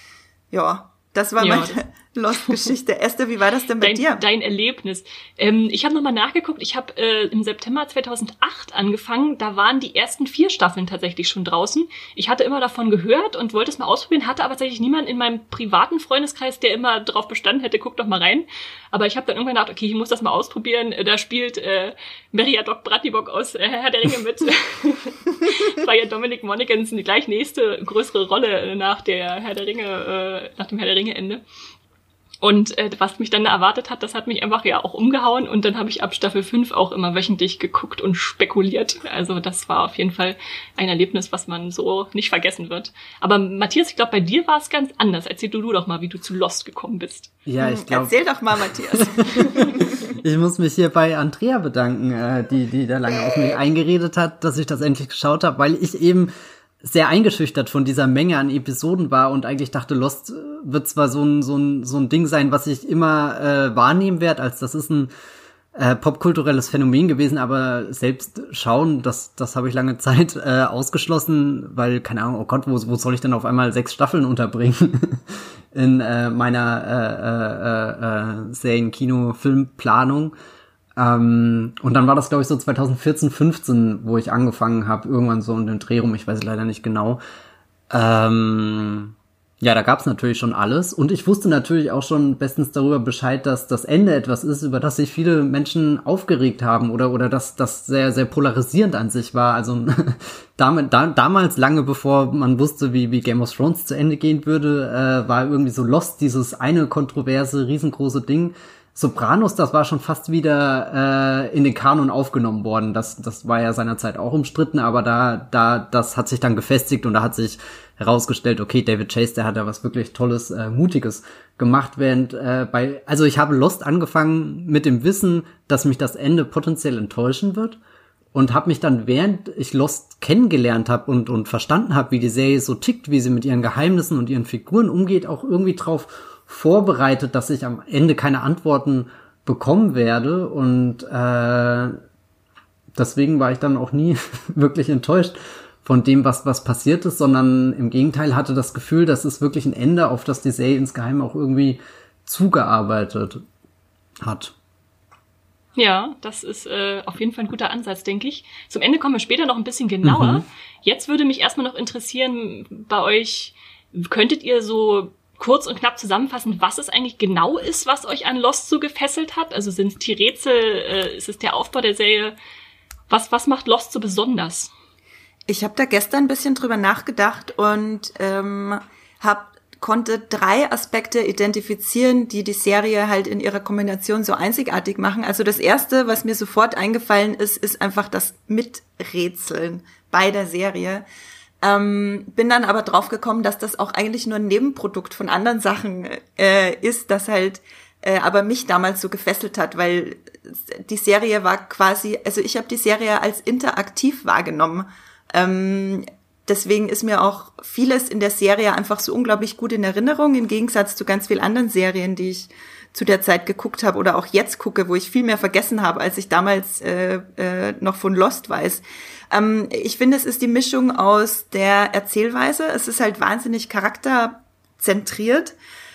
Ja, das war ja meine Lost-Geschichte. Esther, wie war das denn bei dein, dir? Dein Erlebnis. Ähm, ich habe nochmal nachgeguckt. Ich habe äh, im September zweitausendacht angefangen. Da waren die ersten vier Staffeln tatsächlich schon draußen. Ich hatte immer davon gehört und wollte es mal ausprobieren, hatte aber tatsächlich niemanden in meinem privaten Freundeskreis, der immer drauf bestanden hätte, guck doch mal rein. Aber ich habe dann irgendwann gedacht, okay, ich muss das mal ausprobieren. Da spielt äh, Meriadoc Brattibok aus äh, Herr der Ringe mit. Das war ja Dominic Monaghan die gleich nächste größere Rolle nach der Herr der Ringe, äh, nach dem Herr der Ringe Ende. Und äh, was mich dann erwartet hat, das hat mich einfach ja auch umgehauen. Und dann habe ich ab Staffel fünf auch immer wöchentlich geguckt und spekuliert. Also das war auf jeden Fall ein Erlebnis, was man so nicht vergessen wird. Aber Matthias, ich glaube, bei dir war es ganz anders. Erzähl du, du doch mal, wie du zu Lost gekommen bist. Ja, ich glaube. Erzähl doch mal, Matthias. Ich muss mich hier bei Andrea bedanken, äh, die die da lange auf mich eingeredet hat, dass ich das endlich geschaut habe, weil ich eben sehr eingeschüchtert von dieser Menge an Episoden war und eigentlich dachte, Lost wird zwar so ein so ein so ein Ding sein, was ich immer äh, wahrnehmen werde, als das ist ein äh, popkulturelles Phänomen gewesen, aber selbst schauen, das das habe ich lange Zeit äh, ausgeschlossen, weil keine Ahnung, oh Gott, wo wo soll ich denn auf einmal sechs Staffeln unterbringen in äh, meiner äh, äh, äh, Serien-, Kino-, Filmplanung. Ähm, und dann war das, glaube ich, so zweitausendvierzehn, fünfzehn, wo ich angefangen habe, irgendwann so um den Dreh rum, ich weiß leider nicht genau. Ähm, ja, da gab's natürlich schon alles. Und ich wusste natürlich auch schon bestens darüber Bescheid, dass das Ende etwas ist, über das sich viele Menschen aufgeregt haben oder oder dass das sehr, sehr polarisierend an sich war. Also damit, da, damals, lange bevor man wusste, wie, wie Game of Thrones zu Ende gehen würde, äh, war irgendwie so Lost dieses eine kontroverse, riesengroße Ding. Sopranos, das war schon fast wieder äh, in den Kanon aufgenommen worden. Das das war ja seinerzeit auch umstritten, aber da da das hat sich dann gefestigt und da hat sich herausgestellt, okay, David Chase, der hat da was wirklich Tolles, äh, Mutiges gemacht, während äh, bei also ich habe Lost angefangen mit dem Wissen, dass mich das Ende potenziell enttäuschen wird, und habe mich dann, während ich Lost kennengelernt habe und und verstanden habe, wie die Serie so tickt, wie sie mit ihren Geheimnissen und ihren Figuren umgeht, auch irgendwie drauf vorbereitet, dass ich am Ende keine Antworten bekommen werde, und äh, deswegen war ich dann auch nie wirklich enttäuscht von dem, was was passiert ist, sondern im Gegenteil hatte das Gefühl, das ist wirklich ein Ende, auf das die Serie insgeheim auch irgendwie zugearbeitet hat. Ja, das ist äh, auf jeden Fall ein guter Ansatz, denke ich. Zum Ende kommen wir später noch ein bisschen genauer. Mhm. Jetzt würde mich erstmal noch interessieren, bei euch, könntet ihr so kurz und knapp zusammenfassen, was es eigentlich genau ist, was euch an Lost so gefesselt hat? Also sind es die Rätsel, äh, ist es der Aufbau der Serie? Was, was macht Lost so besonders? Ich habe da gestern ein bisschen drüber nachgedacht und ähm, habe konnte drei Aspekte identifizieren, die die Serie halt in ihrer Kombination so einzigartig machen. Also das erste, was mir sofort eingefallen ist, ist einfach das Miträtseln bei der Serie. Ähm, bin dann aber drauf gekommen, dass das auch eigentlich nur ein Nebenprodukt von anderen Sachen äh, ist, das halt äh, aber mich damals so gefesselt hat, weil die Serie war quasi, also ich habe die Serie als interaktiv wahrgenommen. Ähm, deswegen ist mir auch vieles in der Serie einfach so unglaublich gut in Erinnerung, im Gegensatz zu ganz vielen anderen Serien, die ich zu der Zeit geguckt habe oder auch jetzt gucke, wo ich viel mehr vergessen habe, als ich damals äh, äh, noch von Lost weiß. Ähm, ich finde, es ist die Mischung aus der Erzählweise. Es ist halt wahnsinnig charakterzentriert.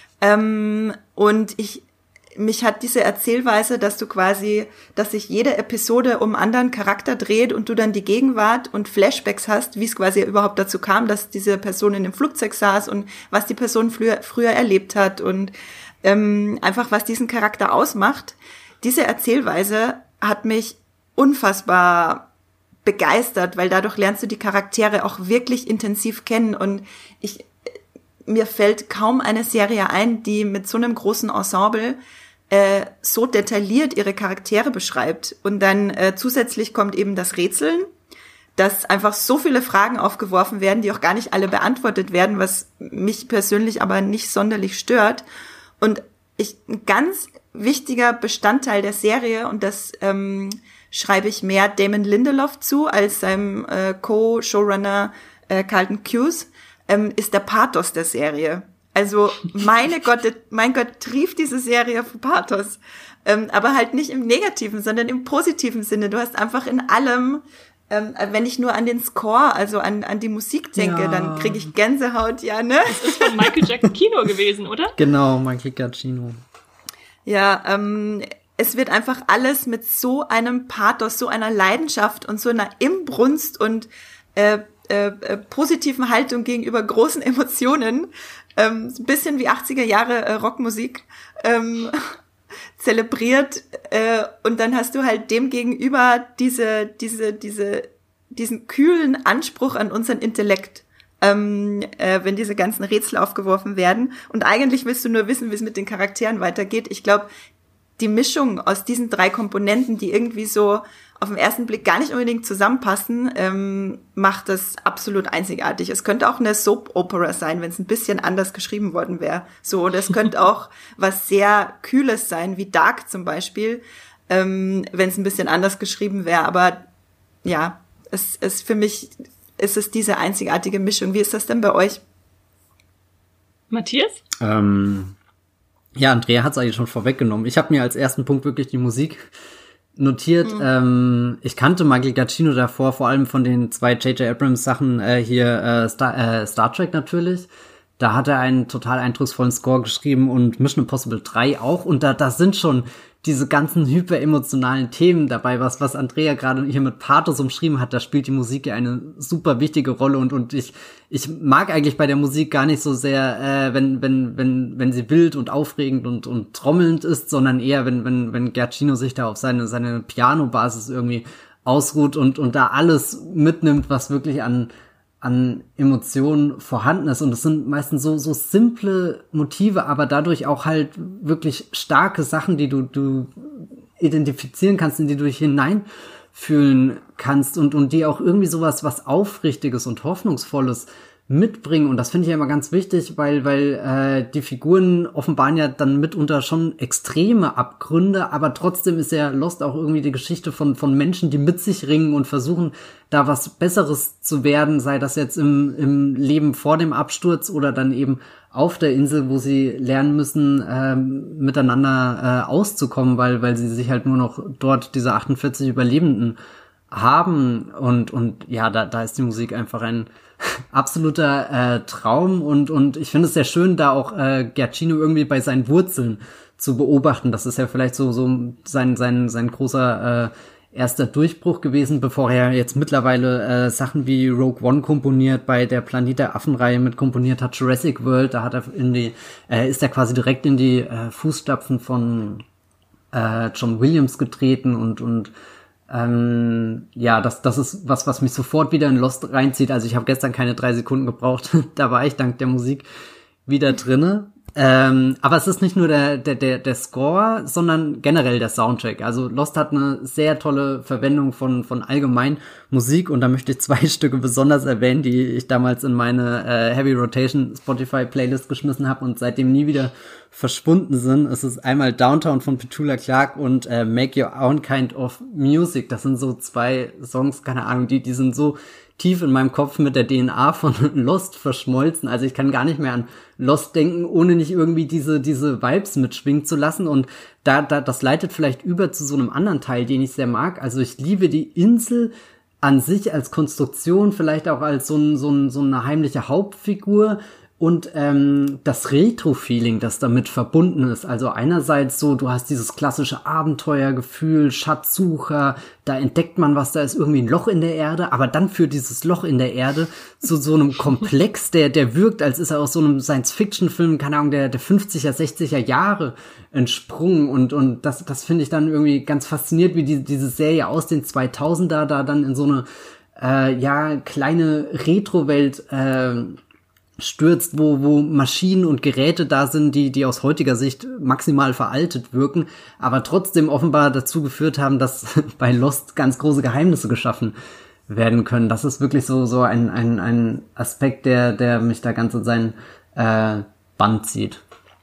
Ähm, und ich mich hat diese Erzählweise, dass du quasi, dass sich jede Episode um einen anderen Charakter dreht und du dann die Gegenwart und Flashbacks hast, wie es quasi überhaupt dazu kam, dass diese Person in dem Flugzeug saß und was die Person früher, früher erlebt hat und ähm, einfach was diesen Charakter ausmacht. Diese Erzählweise hat mich unfassbar begeistert, weil dadurch lernst du die Charaktere auch wirklich intensiv kennen und ich, mir fällt kaum eine Serie ein, die mit so einem großen Ensemble äh, so detailliert ihre Charaktere beschreibt. Und dann äh, zusätzlich kommt eben das Rätseln, dass einfach so viele Fragen aufgeworfen werden, die auch gar nicht alle beantwortet werden, was mich persönlich aber nicht sonderlich stört. Und ich, ein ganz wichtiger Bestandteil der Serie, und das ähm, schreibe ich mehr Damon Lindelof zu als seinem äh, Co-Showrunner äh, Carlton Cuse, ähm, ist der Pathos der Serie. Also meine Gott, mein Gott, trieft diese Serie für Pathos. Ähm, aber halt nicht im negativen, sondern im positiven Sinne. Du hast einfach in allem, ähm, wenn ich nur an den Score, also an, an die Musik denke, ja. Dann kriege ich Gänsehaut, ja, ne? Das ist von Michael Giacchino gewesen, oder? Genau, Michael Giacchino. Ja, ähm, es wird einfach alles mit so einem Pathos, so einer Leidenschaft und so einer Inbrunst und äh, äh, äh, positiven Haltung gegenüber großen Emotionen, ähm, so ein bisschen wie achtziger Jahre äh, Rockmusik, ähm, zelebriert, äh, und dann hast du halt dem gegenüber diese, diese, diese, diesen kühlen Anspruch an unseren Intellekt, ähm, äh, wenn diese ganzen Rätsel aufgeworfen werden. Und eigentlich willst du nur wissen, wie es mit den Charakteren weitergeht. Ich glaube, die Mischung aus diesen drei Komponenten, die irgendwie so auf den ersten Blick gar nicht unbedingt zusammenpassen, ähm, macht das absolut einzigartig. Es könnte auch eine Soap-Opera sein, wenn es ein bisschen anders geschrieben worden wäre. So, oder es könnte auch was sehr Kühles sein, wie Dark zum Beispiel, ähm, wenn es ein bisschen anders geschrieben wäre. Aber ja, es ist für mich, es ist diese einzigartige Mischung. Wie ist das denn bei euch? Matthias? Ähm, ja, Andrea hat es eigentlich schon vorweggenommen. Ich habe mir als ersten Punkt wirklich die Musik notiert. Mhm. Ähm, ich kannte Michael Giacchino davor, vor allem von den zwei J J Abrams Sachen, äh, hier äh, Star, äh, Star Trek natürlich. Da hat er einen total eindrucksvollen Score geschrieben und Mission Impossible drei auch. Und da, da sind schon diese ganzen hyperemotionalen Themen dabei, was, was Andrea gerade hier mit Pathos umschrieben hat. Da spielt die Musik ja eine super wichtige Rolle. Und, und ich, ich mag eigentlich bei der Musik gar nicht so sehr, äh, wenn, wenn, wenn, wenn sie wild und aufregend und, und trommelnd ist, sondern eher, wenn, wenn, wenn Giacchino sich da auf seine, seine Piano-Basis irgendwie ausruht und, und da alles mitnimmt, was wirklich an, an Emotionen vorhanden ist. Und es sind meistens so, so simple Motive, aber dadurch auch halt wirklich starke Sachen, die du, du identifizieren kannst, in die du dich hineinfühlen kannst und, und die auch irgendwie sowas, was Aufrichtiges und Hoffnungsvolles mitbringen. Und das finde ich ja immer ganz wichtig, weil, weil, äh, die Figuren offenbaren ja dann mitunter schon extreme Abgründe, aber trotzdem ist ja Lost auch irgendwie die Geschichte von, von Menschen, die mit sich ringen und versuchen, da was Besseres zu werden, sei das jetzt im, im Leben vor dem Absturz oder dann eben auf der Insel, wo sie lernen müssen, ähm, miteinander äh, auszukommen, weil, weil sie sich halt nur noch dort diese achtundvierzig Überlebenden haben. Und, und ja, da, da ist die Musik einfach ein absoluter äh, Traum. Und, und ich finde es sehr schön, da auch äh, Giacchino irgendwie bei seinen Wurzeln zu beobachten. Das ist ja vielleicht so, so sein, sein, sein großer äh, erster Durchbruch gewesen, bevor er jetzt mittlerweile äh, Sachen wie Rogue One komponiert, bei der Planet der Affen-Reihe mit komponiert hat, Jurassic World, da hat er in die, äh, ist er quasi direkt in die äh, Fußstapfen von äh, John Williams getreten und und ähm, ja, das das ist was, was mich sofort wieder in Lost reinzieht. Also ich habe gestern keine drei Sekunden gebraucht, da war ich dank der Musik wieder drinne. Ähm, aber es ist nicht nur der, der, der, der Score, sondern generell der Soundtrack. Also Lost hat eine sehr tolle Verwendung von, von allgemein Musik und da möchte ich zwei Stücke besonders erwähnen, die ich damals in meine äh, Heavy Rotation Spotify Playlist geschmissen habe und seitdem nie wieder verschwunden sind. Es ist einmal Downtown von Petula Clark und äh, Make Your Own Kind of Music. Das sind so zwei Songs, keine Ahnung, die, die sind so tief in meinem Kopf mit der D N A von Lost verschmolzen. Also ich kann gar nicht mehr an Lost denken, ohne nicht irgendwie diese diese Vibes mitschwingen zu lassen. Und da, da das leitet vielleicht über zu so einem anderen Teil, den ich sehr mag. Also ich liebe die Insel an sich als Konstruktion, vielleicht auch als so, ein, so, ein, so eine heimliche Hauptfigur. Und ähm, das Retro-Feeling, das damit verbunden ist. Also einerseits so, du hast dieses klassische Abenteuergefühl, Schatzsucher, da entdeckt man was, da ist irgendwie ein Loch in der Erde, aber dann führt dieses Loch in der Erde zu so einem Komplex, der der wirkt, als ist er aus so einem Science-Fiction-Film, keine Ahnung, der der fünfziger, sechziger Jahre entsprungen. Und und das das finde ich dann irgendwie ganz faszinierend, wie die, diese Serie aus den zweitausender da dann in so eine äh, ja kleine Retro-Welt äh, stürzt, wo wo Maschinen und Geräte da sind, die die aus heutiger Sicht maximal veraltet wirken, aber trotzdem offenbar dazu geführt haben, dass bei Lost ganz große Geheimnisse geschaffen werden können. Das ist wirklich so so ein ein ein Aspekt, der der mich da ganz in seinen äh, Bann zieht.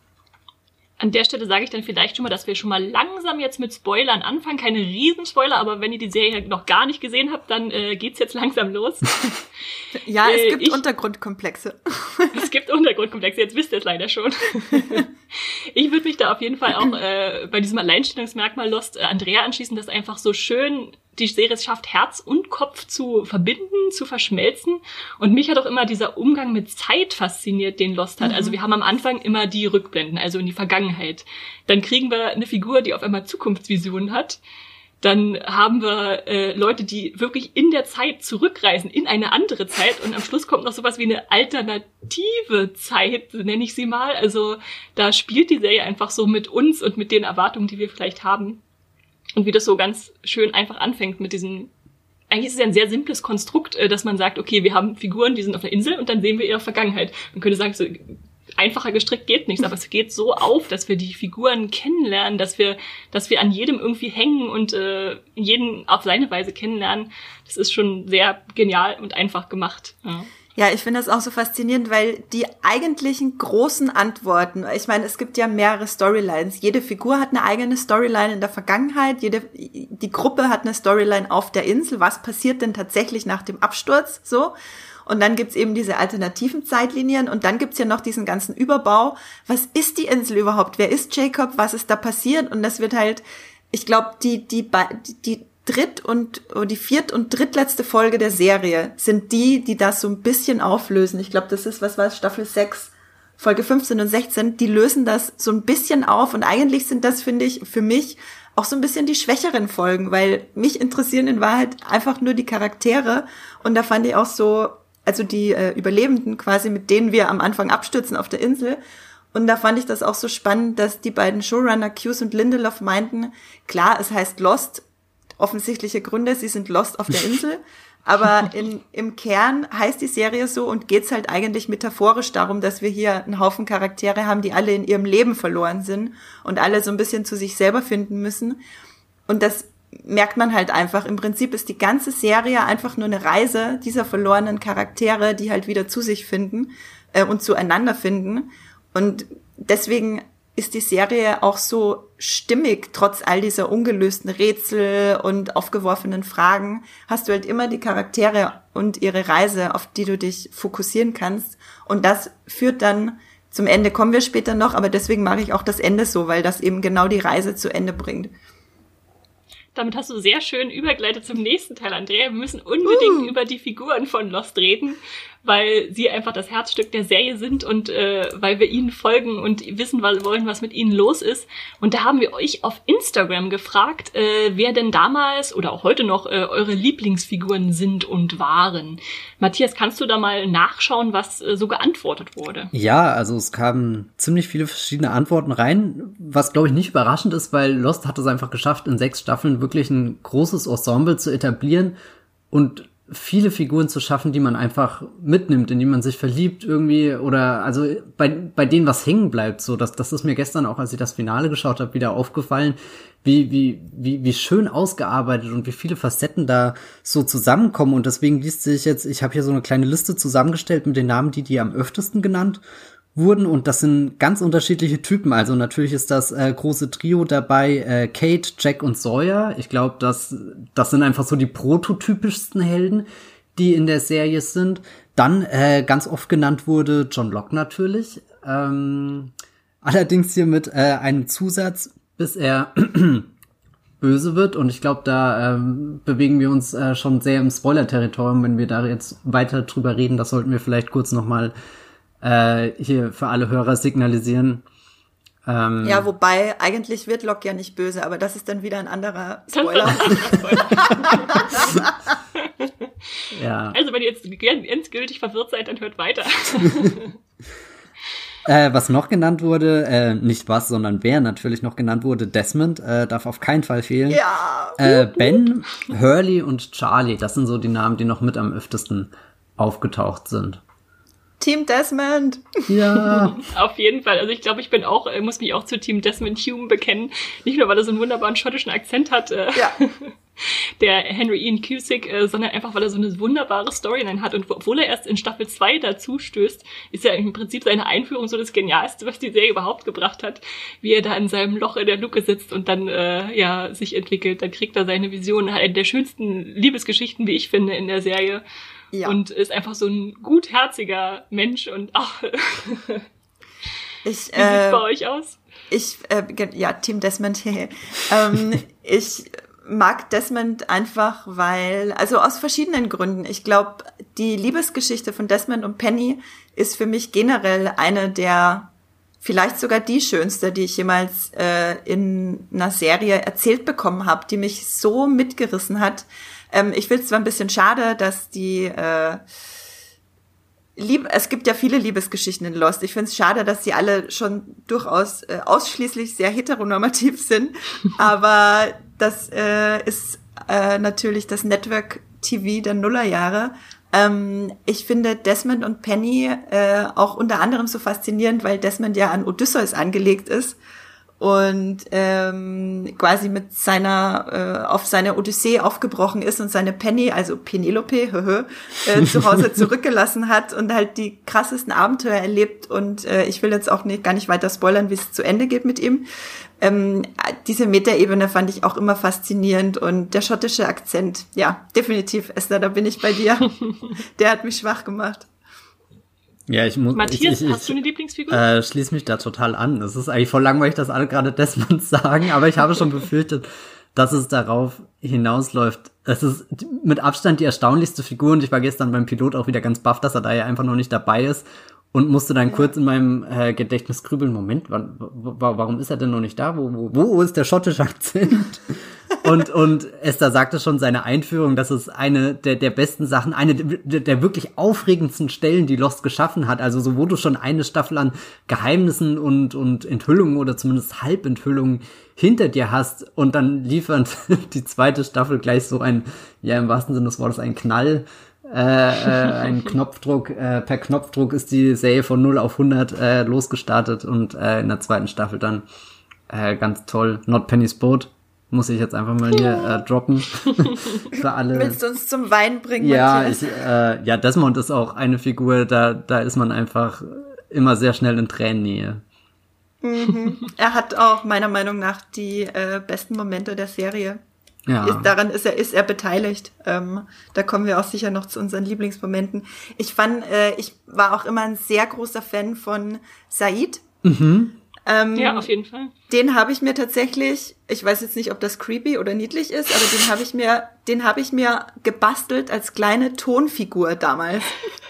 An der Stelle sage ich dann vielleicht schon mal, dass wir schon mal langsam jetzt mit Spoilern anfangen. Keine Riesenspoiler, aber wenn ihr die Serie noch gar nicht gesehen habt, dann äh, geht's jetzt langsam los. Ja, es äh, gibt ich, Untergrundkomplexe. Es gibt Untergrundkomplexe, jetzt wisst ihr es leider schon. Ich würde mich da auf jeden Fall auch äh, bei diesem Alleinstellungsmerkmal Lost äh, Andrea anschließen, dass einfach so schön die Serie es schafft, Herz und Kopf zu verbinden, zu verschmelzen. Und mich hat auch immer dieser Umgang mit Zeit fasziniert, den Lost hat. Mhm. Also wir haben am Anfang immer die Rückblenden, also in die Vergangenheit. Dann kriegen wir eine Figur, die auf einmal Zukunftsvisionen hat. Dann haben wir äh, Leute, die wirklich in der Zeit zurückreisen, in eine andere Zeit. Und am Schluss kommt noch sowas wie eine alternative Zeit, nenne ich sie mal. Also da spielt die Serie einfach so mit uns und mit den Erwartungen, die wir vielleicht haben. Und wie das so ganz schön einfach anfängt mit diesem, eigentlich ist es ja ein sehr simples Konstrukt, dass man sagt, okay, wir haben Figuren, die sind auf einer Insel und dann sehen wir ihre Vergangenheit. Man könnte sagen, so einfacher gestrickt geht nichts, aber es geht so auf, dass wir die Figuren kennenlernen, dass wir, dass wir an jedem irgendwie hängen und äh, jeden auf seine Weise kennenlernen. Das ist schon sehr genial und einfach gemacht. Ja. Ja, ich finde das auch so faszinierend, weil die eigentlichen großen Antworten, ich meine, es gibt ja mehrere Storylines. Jede Figur hat eine eigene Storyline in der Vergangenheit, jede, die Gruppe hat eine Storyline auf der Insel. Was passiert denn tatsächlich nach dem Absturz, so? Und dann gibt's eben diese alternativen Zeitlinien und dann gibt's ja noch diesen ganzen Überbau. Was ist die Insel überhaupt? Wer ist Jacob? Was ist da passiert? Und das wird halt, ich glaube, die, die, die, die dritt- und oh, die viert- und drittletzte Folge der Serie sind die, die das so ein bisschen auflösen. Ich glaube, das ist, was war es, Staffel sechs, Folge fünfzehn und sechzehn, die lösen das so ein bisschen auf und eigentlich sind das, finde ich, für mich auch so ein bisschen die schwächeren Folgen, weil mich interessieren in Wahrheit einfach nur die Charaktere und da fand ich auch so, also die äh, Überlebenden quasi, mit denen wir am Anfang abstürzen auf der Insel. Und da fand ich das auch so spannend, dass die beiden Showrunner Cuse und Lindelof meinten, klar, es heißt Lost, offensichtliche Gründe, sie sind lost auf der Insel, aber in, im Kern heißt die Serie so und geht's halt eigentlich metaphorisch darum, dass wir hier einen Haufen Charaktere haben, die alle in ihrem Leben verloren sind und alle so ein bisschen zu sich selber finden müssen. Und das merkt man halt einfach. Im Prinzip ist die ganze Serie einfach nur eine Reise dieser verlorenen Charaktere, die halt wieder zu sich finden äh, und zueinander finden. Und deswegen ist die Serie auch so stimmig, trotz all dieser ungelösten Rätsel und aufgeworfenen Fragen, hast du halt immer die Charaktere und ihre Reise, auf die du dich fokussieren kannst. Und das führt dann, zum Ende kommen wir später noch, aber deswegen mache ich auch das Ende so, weil das eben genau die Reise zu Ende bringt. Damit hast du sehr schön übergeleitet zum nächsten Teil, Andrea. Wir müssen unbedingt uh. über die Figuren von Lost reden, weil sie einfach das Herzstück der Serie sind und äh, weil wir ihnen folgen und wissen wollen, was mit ihnen los ist. Und da haben wir euch auf Instagram gefragt, äh, wer denn damals oder auch heute noch äh, eure Lieblingsfiguren sind und waren. Matthias, kannst du da mal nachschauen, was äh, so geantwortet wurde? Ja, also es kamen ziemlich viele verschiedene Antworten rein, was glaube ich nicht überraschend ist, weil Lost hat es einfach geschafft, in sechs Staffeln wirklich ein großes Ensemble zu etablieren und viele Figuren zu schaffen, die man einfach mitnimmt, in die man sich verliebt irgendwie oder also bei bei denen was hängen bleibt. So, das das ist mir gestern auch, als ich das Finale geschaut habe, wieder aufgefallen, wie wie wie wie schön ausgearbeitet und wie viele Facetten da so zusammenkommen. Und deswegen liest sich jetzt, ich habe hier so eine kleine Liste zusammengestellt mit den Namen, die die am öftesten genannt wurden, und das sind ganz unterschiedliche Typen. Also natürlich ist das äh, große Trio dabei, äh, Kate, Jack und Sawyer. Ich glaube, das das sind einfach so die prototypischsten Helden, die in der Serie sind. Dann äh, ganz oft genannt wurde John Locke natürlich. Ähm, allerdings hier mit äh, einem Zusatz, bis er böse wird. Und ich glaube, da ähm, bewegen wir uns äh, schon sehr im Spoiler-Territorium, wenn wir da jetzt weiter drüber reden. Das sollten wir vielleicht kurz noch mal hier für alle Hörer signalisieren. Ähm, ja, wobei, eigentlich wird Locke ja nicht böse, aber das ist dann wieder ein anderer Spoiler. Ja. Also, wenn ihr jetzt endgültig verwirrt seid, dann hört weiter. äh, was noch genannt wurde, äh, nicht was, sondern wer natürlich noch genannt wurde, Desmond, äh, darf auf keinen Fall fehlen. Ja. Äh, Ben, Hurley und Charlie, das sind so die Namen, die noch mit am öftesten aufgetaucht sind. Team Desmond. Ja. Auf jeden Fall. Also ich glaube, ich bin auch, muss mich auch zu Team Desmond Hume bekennen. Nicht nur, weil er so einen wunderbaren schottischen Akzent hat, äh, ja. der Henry Ian Cusick, äh, sondern einfach, weil er so eine wunderbare Storyline hat. Und obwohl er erst in Staffel zwei dazu stößt, ist ja im Prinzip seine Einführung so das Genialste, was die Serie überhaupt gebracht hat. Wie er da in seinem Loch in der Luke sitzt und dann äh, ja sich entwickelt. Dann kriegt er seine Vision. Eine der schönsten Liebesgeschichten, wie ich finde, in der Serie. Ja. Und ist einfach so ein gutherziger Mensch und ach, ich, wie sieht's äh, bei euch aus? Ich, äh, ja, Team Desmond, ähm, ich mag Desmond einfach, weil, also aus verschiedenen Gründen. Ich glaube, die Liebesgeschichte von Desmond und Penny ist für mich generell eine der, vielleicht sogar die schönste, die ich jemals äh, in einer Serie erzählt bekommen habe, die mich so mitgerissen hat. Ähm, ich finde es zwar ein bisschen schade, dass die äh, Lieb- es gibt ja viele Liebesgeschichten in Lost. Ich finde es schade, dass sie alle schon durchaus äh, ausschließlich sehr heteronormativ sind. Aber das äh, ist äh, natürlich das Network-T V der Nullerjahre. Ähm, ich finde Desmond und Penny äh, auch unter anderem so faszinierend, weil Desmond ja an Odysseus angelegt ist und ähm, quasi mit seiner äh, auf seiner Odyssee aufgebrochen ist und seine Penny, also Penelope, höhö, äh, zu Hause zurückgelassen hat und halt die krassesten Abenteuer erlebt. Und äh, ich will jetzt auch nicht, gar nicht weiter spoilern, wie es zu Ende geht mit ihm. Ähm, diese Metaebene fand ich auch immer faszinierend und der schottische Akzent, ja, definitiv, Esther, da bin ich bei dir. Der hat mich schwach gemacht. Ja, ich muss. Matthias, ich, ich, hast du eine Lieblingsfigur? Äh, schließ mich da total an. Es ist eigentlich voll langweilig, dass alle gerade Desmond sagen, aber ich habe schon befürchtet, dass es darauf hinausläuft. Es ist mit Abstand die erstaunlichste Figur und ich war gestern beim Pilot auch wieder ganz baff, dass er da ja einfach noch nicht dabei ist und musste dann ja. kurz in meinem äh, Gedächtnis grübeln. Moment, wann, w- warum ist er denn noch nicht da? Wo, wo, wo ist der schottische Akzent? Und, und Esther sagte schon, seine Einführung, das ist eine der, der besten Sachen, eine der, der wirklich aufregendsten Stellen, die Lost geschaffen hat. Also so, wo du schon eine Staffel an Geheimnissen und, und Enthüllungen oder zumindest Halbenthüllungen hinter dir hast und dann liefert die zweite Staffel gleich so ein, ja im wahrsten Sinne des Wortes, ein Knall, äh, äh, ein Knopfdruck, äh, per Knopfdruck ist die Serie von null auf hundert äh, losgestartet und äh, in der zweiten Staffel dann äh, ganz toll, Not Penny's Boat. Muss ich jetzt einfach mal hier äh, droppen. Für alle. Willst du uns zum Wein bringen, ja, Matthias? ich, äh, ja, Desmond ist auch eine Figur, da, da ist man einfach immer sehr schnell in Tränennähe. Mhm. Er hat auch meiner Meinung nach die äh, besten Momente der Serie. Ja. Ist, daran ist er, ist er beteiligt. Ähm, da kommen wir auch sicher noch zu unseren Lieblingsmomenten. Ich fand, äh, ich war auch immer ein sehr großer Fan von Said. Mhm. Ähm, ja, auf jeden Fall. Den habe ich mir tatsächlich, ich weiß jetzt nicht, ob das creepy oder niedlich ist, aber den habe ich mir, den habe ich mir gebastelt als kleine Tonfigur damals.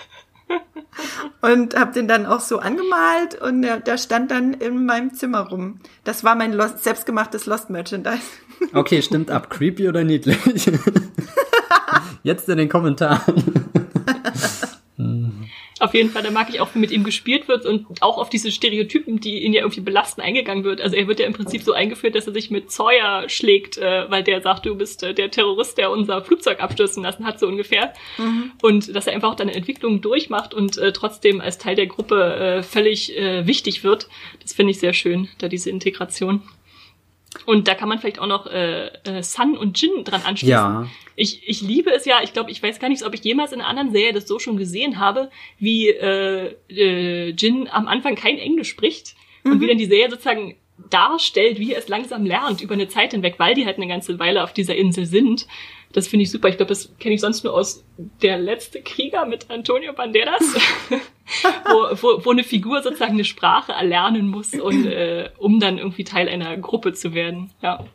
Und habe den dann auch so angemalt und der, der stand dann in meinem Zimmer rum. Das war mein Lost, selbstgemachtes Lost Merchandise. Okay, stimmt ab. Creepy oder niedlich? Jetzt in den Kommentaren. Auf Auf jeden Fall, da mag ich auch, wie mit ihm gespielt wird und auch auf diese Stereotypen, die ihn ja irgendwie belasten, eingegangen wird. Also er wird ja im Prinzip so eingeführt, dass er sich mit Sawyer schlägt, äh, weil der sagt, du bist äh, der Terrorist, der unser Flugzeug abstürzen lassen hat, so ungefähr. Mhm. Und dass er einfach auch dann Entwicklung durchmacht und äh, trotzdem als Teil der Gruppe äh, völlig äh, wichtig wird. Das finde ich sehr schön, da diese Integration. Und da kann man vielleicht auch noch äh, äh, Sun und Jin dran anschließen. Ja. Ich, ich liebe es ja, ich glaube, ich weiß gar nicht, ob ich jemals in einer anderen Serie das so schon gesehen habe, wie äh, äh, Jin am Anfang kein Englisch spricht mhm. und wie dann die Serie sozusagen darstellt, wie er es langsam lernt über eine Zeit hinweg, weil die halt eine ganze Weile auf dieser Insel sind. Das finde ich super. Ich glaube, das kenne ich sonst nur aus Der letzte Krieger mit Antonio Banderas, wo, wo, wo eine Figur sozusagen eine Sprache erlernen muss, und, äh, um dann irgendwie Teil einer Gruppe zu werden. Ja.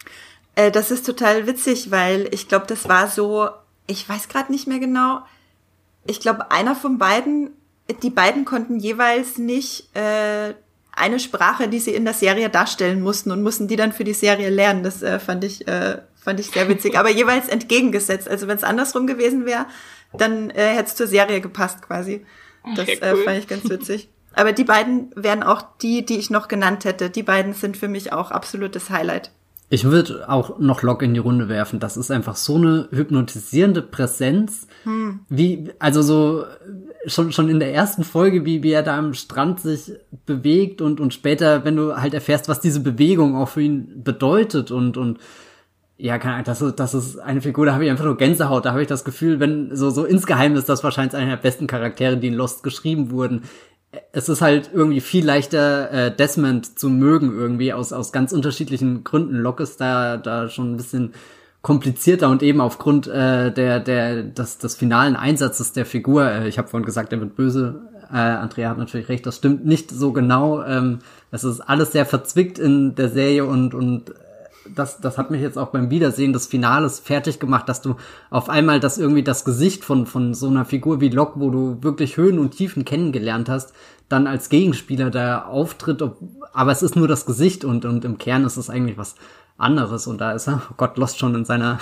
Äh, das ist total witzig, weil ich glaube, das war so, ich weiß gerade nicht mehr genau, ich glaube, einer von beiden, die beiden konnten jeweils nicht äh, eine Sprache, die sie in der Serie darstellen mussten, und mussten die dann für die Serie lernen. Das äh, fand ich äh, fand ich sehr witzig. Aber jeweils entgegengesetzt. Also wenn es andersrum gewesen wäre, dann äh, hätte es zur Serie gepasst quasi. Das okay, cool. äh, fand ich ganz witzig. Aber die beiden wären auch die, die ich noch genannt hätte. Die beiden sind für mich auch absolutes Highlight. Ich würde auch noch Locke in die Runde werfen. Das ist einfach so eine hypnotisierende Präsenz. Hm. Wie, also so schon schon in der ersten Folge, wie wie er da am Strand sich bewegt, und und später, wenn du halt erfährst, was diese Bewegung auch für ihn bedeutet, und und ja, keine Ahnung, das ist, das ist eine Figur, da habe ich einfach nur Gänsehaut. Da habe ich das Gefühl, wenn so so insgeheim ist das wahrscheinlich einer der besten Charaktere, die in Lost geschrieben wurden. Es ist halt irgendwie viel leichter, äh, Desmond zu mögen, irgendwie aus aus ganz unterschiedlichen Gründen. Locke ist da da schon ein bisschen komplizierter, und eben aufgrund äh, der der des des finalen Einsatzes der Figur. Äh, ich habe vorhin gesagt, er wird böse. Äh, Andrea hat natürlich recht, das stimmt nicht so genau. Ähm, es ist alles sehr verzwickt in der Serie, und und das das hat mich jetzt auch beim Wiedersehen des Finales fertig gemacht, dass du auf einmal das irgendwie das Gesicht von von so einer Figur wie Locke, wo du wirklich Höhen und Tiefen kennengelernt hast, dann als Gegenspieler da auftritt, ob, aber es ist nur das Gesicht, und und im Kern ist es eigentlich was anderes, und da ist er, oh Gott, Lost schon in seiner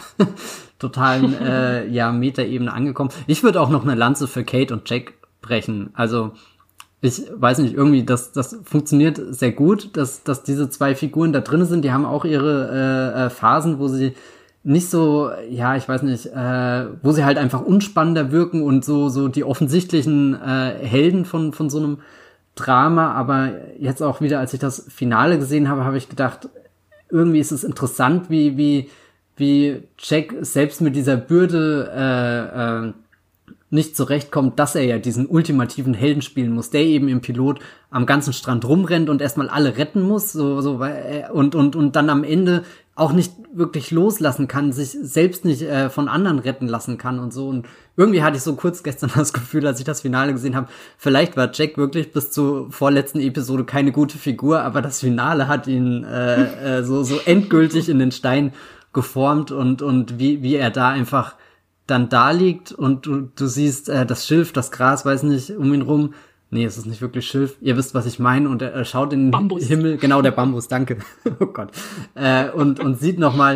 totalen äh, ja Metaebene angekommen. Ich würde auch noch eine Lanze für Kate und Jack brechen. Also ich weiß nicht, irgendwie, das das funktioniert sehr gut, dass dass diese zwei Figuren da drin sind. Die haben auch ihre äh, äh, Phasen, wo sie nicht so, ja, ich weiß nicht, äh, wo sie halt einfach unspannender wirken und so so die offensichtlichen äh, Helden von von so einem Drama. Aber jetzt auch wieder, als ich das Finale gesehen habe, habe ich gedacht, irgendwie ist es interessant, wie wie wie Jack selbst mit dieser Bürde äh, äh, nicht zurechtkommt, dass er ja diesen ultimativen Helden spielen muss, der eben im Pilot am ganzen Strand rumrennt und erstmal alle retten muss, so so weil und und und dann am Ende auch nicht wirklich loslassen kann, sich selbst nicht äh, von anderen retten lassen kann und so. Und irgendwie hatte ich so kurz gestern das Gefühl, als ich das Finale gesehen habe, vielleicht war Jack wirklich bis zur vorletzten Episode keine gute Figur, aber das Finale hat ihn äh, äh, so so endgültig in den Stein geformt, und und wie wie er da einfach dann da liegt, und du, du siehst äh, das Schilf, das Gras, weiß nicht, um ihn rum. Nee, es ist nicht wirklich Schilf. Ihr wisst, was ich meine. Und er, er schaut in den Bambus. Himmel. Genau, der Bambus, danke. Oh Gott. Äh, und und sieht nochmal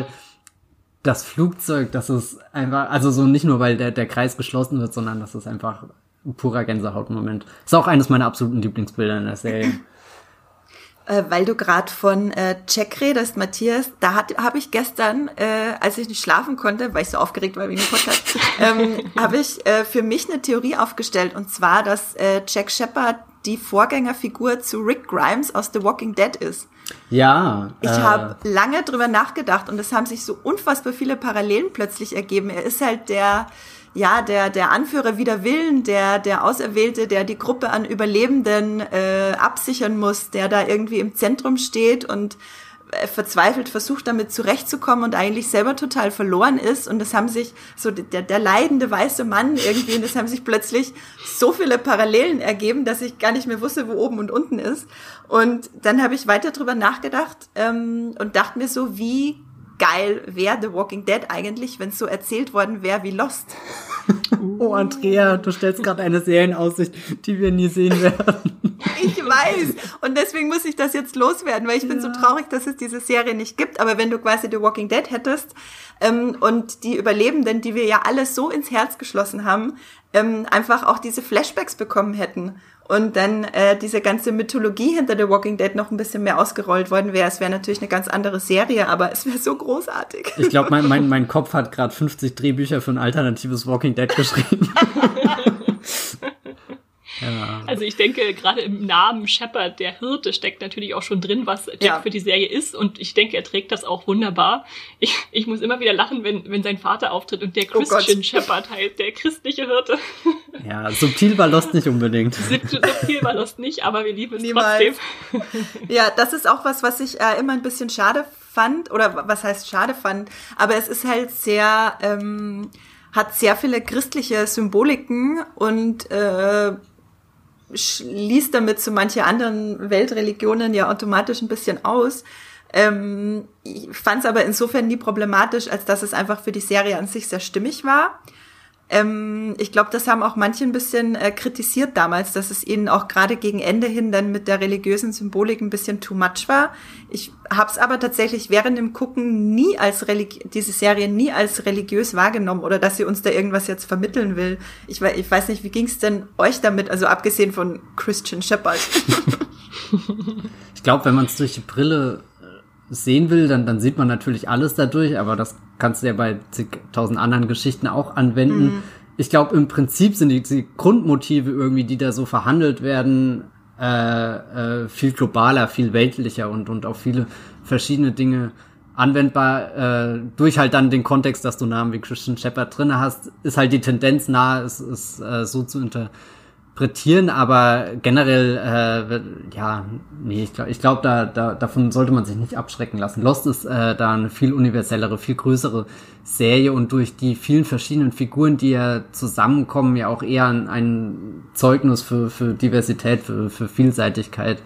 das Flugzeug, das ist einfach, also so nicht nur, weil der der Kreis geschlossen wird, sondern das ist einfach ein purer Gänsehautmoment. Ist auch eines meiner absoluten Lieblingsbilder in der Serie. Äh, weil du gerade von äh, Jack redest, Matthias, da hat habe ich gestern, äh, als ich nicht schlafen konnte, weil ich so aufgeregt war wegen dem Podcast, ähm, habe ich äh, für mich eine Theorie aufgestellt, und zwar, dass äh, Jack Shephard die Vorgängerfigur zu Rick Grimes aus The Walking Dead ist. Ja. Ich äh, habe lange drüber nachgedacht, und es haben sich so unfassbar viele Parallelen plötzlich ergeben. Er ist halt der ja, der der Anführer wider Willen, der der Auserwählte, der die Gruppe an Überlebenden äh, absichern muss, der da irgendwie im Zentrum steht und äh, verzweifelt versucht, damit zurechtzukommen und eigentlich selber total verloren ist. Und das haben sich so der der leidende weiße Mann irgendwie, und das haben sich plötzlich so viele Parallelen ergeben, dass ich gar nicht mehr wusste, wo oben und unten ist. Und dann habe ich weiter drüber nachgedacht ähm, und dachte mir so, wie geil wäre The Walking Dead eigentlich, wenn es so erzählt worden wäre wie Lost. Oh, Andrea, du stellst gerade eine Serienaussicht, die wir nie sehen werden. Ich weiß. Und deswegen muss ich das jetzt loswerden, weil ich ja. bin so traurig, dass es diese Serie nicht gibt. Aber wenn du quasi The Walking Dead hättest ähm, und die Überlebenden, die wir ja alle so ins Herz geschlossen haben, ähm, einfach auch diese Flashbacks bekommen hätten und dann äh, diese ganze Mythologie hinter The Walking Dead noch ein bisschen mehr ausgerollt worden wäre, es wäre natürlich eine ganz andere Serie, aber es wäre so großartig. Ich glaube, mein, mein, mein Kopf hat gerade fünfzig Drehbücher für ein alternatives Walking Dead geschrieben. Ja. Also ich denke, gerade im Namen Shepard, der Hirte, steckt natürlich auch schon drin, was Jack ja. für die Serie ist. Und ich denke, er trägt das auch wunderbar. Ich, ich muss immer wieder lachen, wenn, wenn sein Vater auftritt und der Christian oh Shepard heißt, der christliche Hirte. Ja, subtil war Lost nicht unbedingt. Subtil war Lost nicht, aber wir lieben es Niemals. trotzdem. Ja, das ist auch was, was ich äh, immer ein bisschen schade fand. Oder was heißt schade fand? Aber es ist halt sehr, ähm, hat sehr viele christliche Symboliken und äh, schließt damit zu manche anderen Weltreligionen ja automatisch ein bisschen aus. Ähm, ich fand es aber insofern nie problematisch, als dass es einfach für die Serie an sich sehr stimmig war. Ähm, ich glaube, das haben auch manche ein bisschen äh, kritisiert damals, dass es ihnen auch gerade gegen Ende hin dann mit der religiösen Symbolik ein bisschen too much war. Ich habe es aber tatsächlich während dem Gucken nie als Religi- diese Serie nie als religiös wahrgenommen oder dass sie uns da irgendwas jetzt vermitteln will. Ich, we- ich weiß nicht, wie ging es denn euch damit, also abgesehen von Christian Shepard? Ich glaube, wenn man es durch die Brille sehen will, dann, dann sieht man natürlich alles dadurch, aber das kannst du ja bei zigtausend anderen Geschichten auch anwenden. Mhm. Ich glaube, im Prinzip sind die, die Grundmotive irgendwie, die da so verhandelt werden, äh, äh, viel globaler, viel weltlicher und, und auf viele verschiedene Dinge anwendbar. Äh, durch halt dann den Kontext, dass du Namen wie Christian Shepard drin hast, ist halt die Tendenz nahe, es ist äh, so zu interpretieren, aber generell, äh, ja, nee, ich glaube, ich glaub, da, da, davon sollte man sich nicht abschrecken lassen. Lost ist äh, da eine viel universellere, viel größere Serie und durch die vielen verschiedenen Figuren, die ja zusammenkommen, ja auch eher ein, ein Zeugnis für, für Diversität, für, für Vielseitigkeit.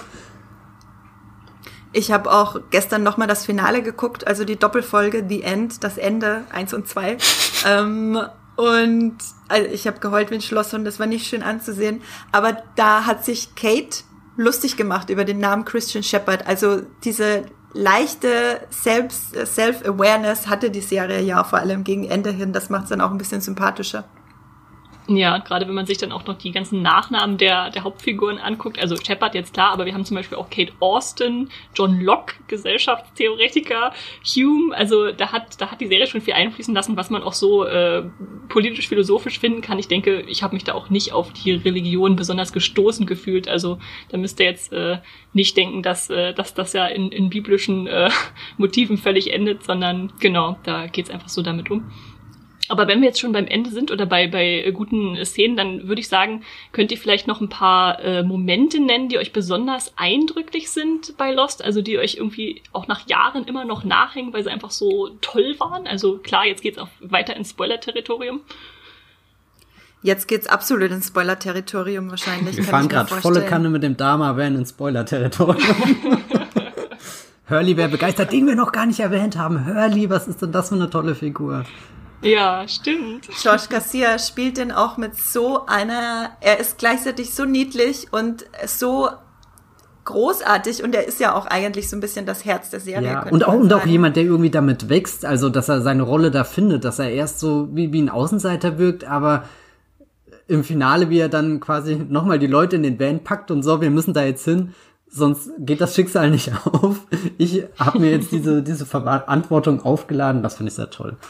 Ich habe auch gestern nochmal das Finale geguckt, also die Doppelfolge, The End, das Ende, eins und zwei. ähm, Und also ich habe geheult wie ein Schlosshund, das war nicht schön anzusehen. Aber da hat sich Kate lustig gemacht über den Namen Christian Shepard. Also diese leichte Selbst- Self-Awareness hatte die Serie ja vor allem gegen Ende hin. Das macht es dann auch ein bisschen sympathischer. Ja, gerade wenn man sich dann auch noch die ganzen Nachnamen der, der Hauptfiguren anguckt, also Shepard jetzt klar, aber wir haben zum Beispiel auch Kate Austen, John Locke, Gesellschaftstheoretiker, Hume, also da hat, da hat die Serie schon viel einfließen lassen, was man auch so äh, politisch-philosophisch finden kann. Ich denke, ich habe mich da auch nicht auf die Religion besonders gestoßen gefühlt, also da müsst ihr jetzt äh, nicht denken, dass, äh, dass das ja in, in biblischen äh, Motiven völlig endet, sondern genau, da geht's einfach so damit um. Aber wenn wir jetzt schon beim Ende sind oder bei bei guten Szenen, dann würde ich sagen, könnt ihr vielleicht noch ein paar äh, Momente nennen, die euch besonders eindrücklich sind bei Lost, also die euch irgendwie auch nach Jahren immer noch nachhängen, weil sie einfach so toll waren. Also klar, jetzt geht's auch weiter ins Spoiler-Territorium. Jetzt geht's absolut ins Spoiler-Territorium wahrscheinlich. Wir fahren gerade volle Kanne mit dem Dama Van ins Spoiler-Territorium. Hurley wäre begeistert, den wir noch gar nicht erwähnt haben. Hurley, was ist denn das für eine tolle Figur? Ja, stimmt. George Garcia spielt den auch mit so einer, er ist gleichzeitig so niedlich und so großartig und er ist ja auch eigentlich so ein bisschen das Herz der Serie. Ja, und auch, und auch jemand, der irgendwie damit wächst, also dass er seine Rolle da findet, dass er erst so wie, wie ein Außenseiter wirkt, aber im Finale, wie er dann quasi nochmal die Leute in den Van packt und so, wir müssen da jetzt hin, sonst geht das Schicksal nicht auf. Ich habe mir jetzt diese, diese Verantwortung aufgeladen, das finde ich sehr toll.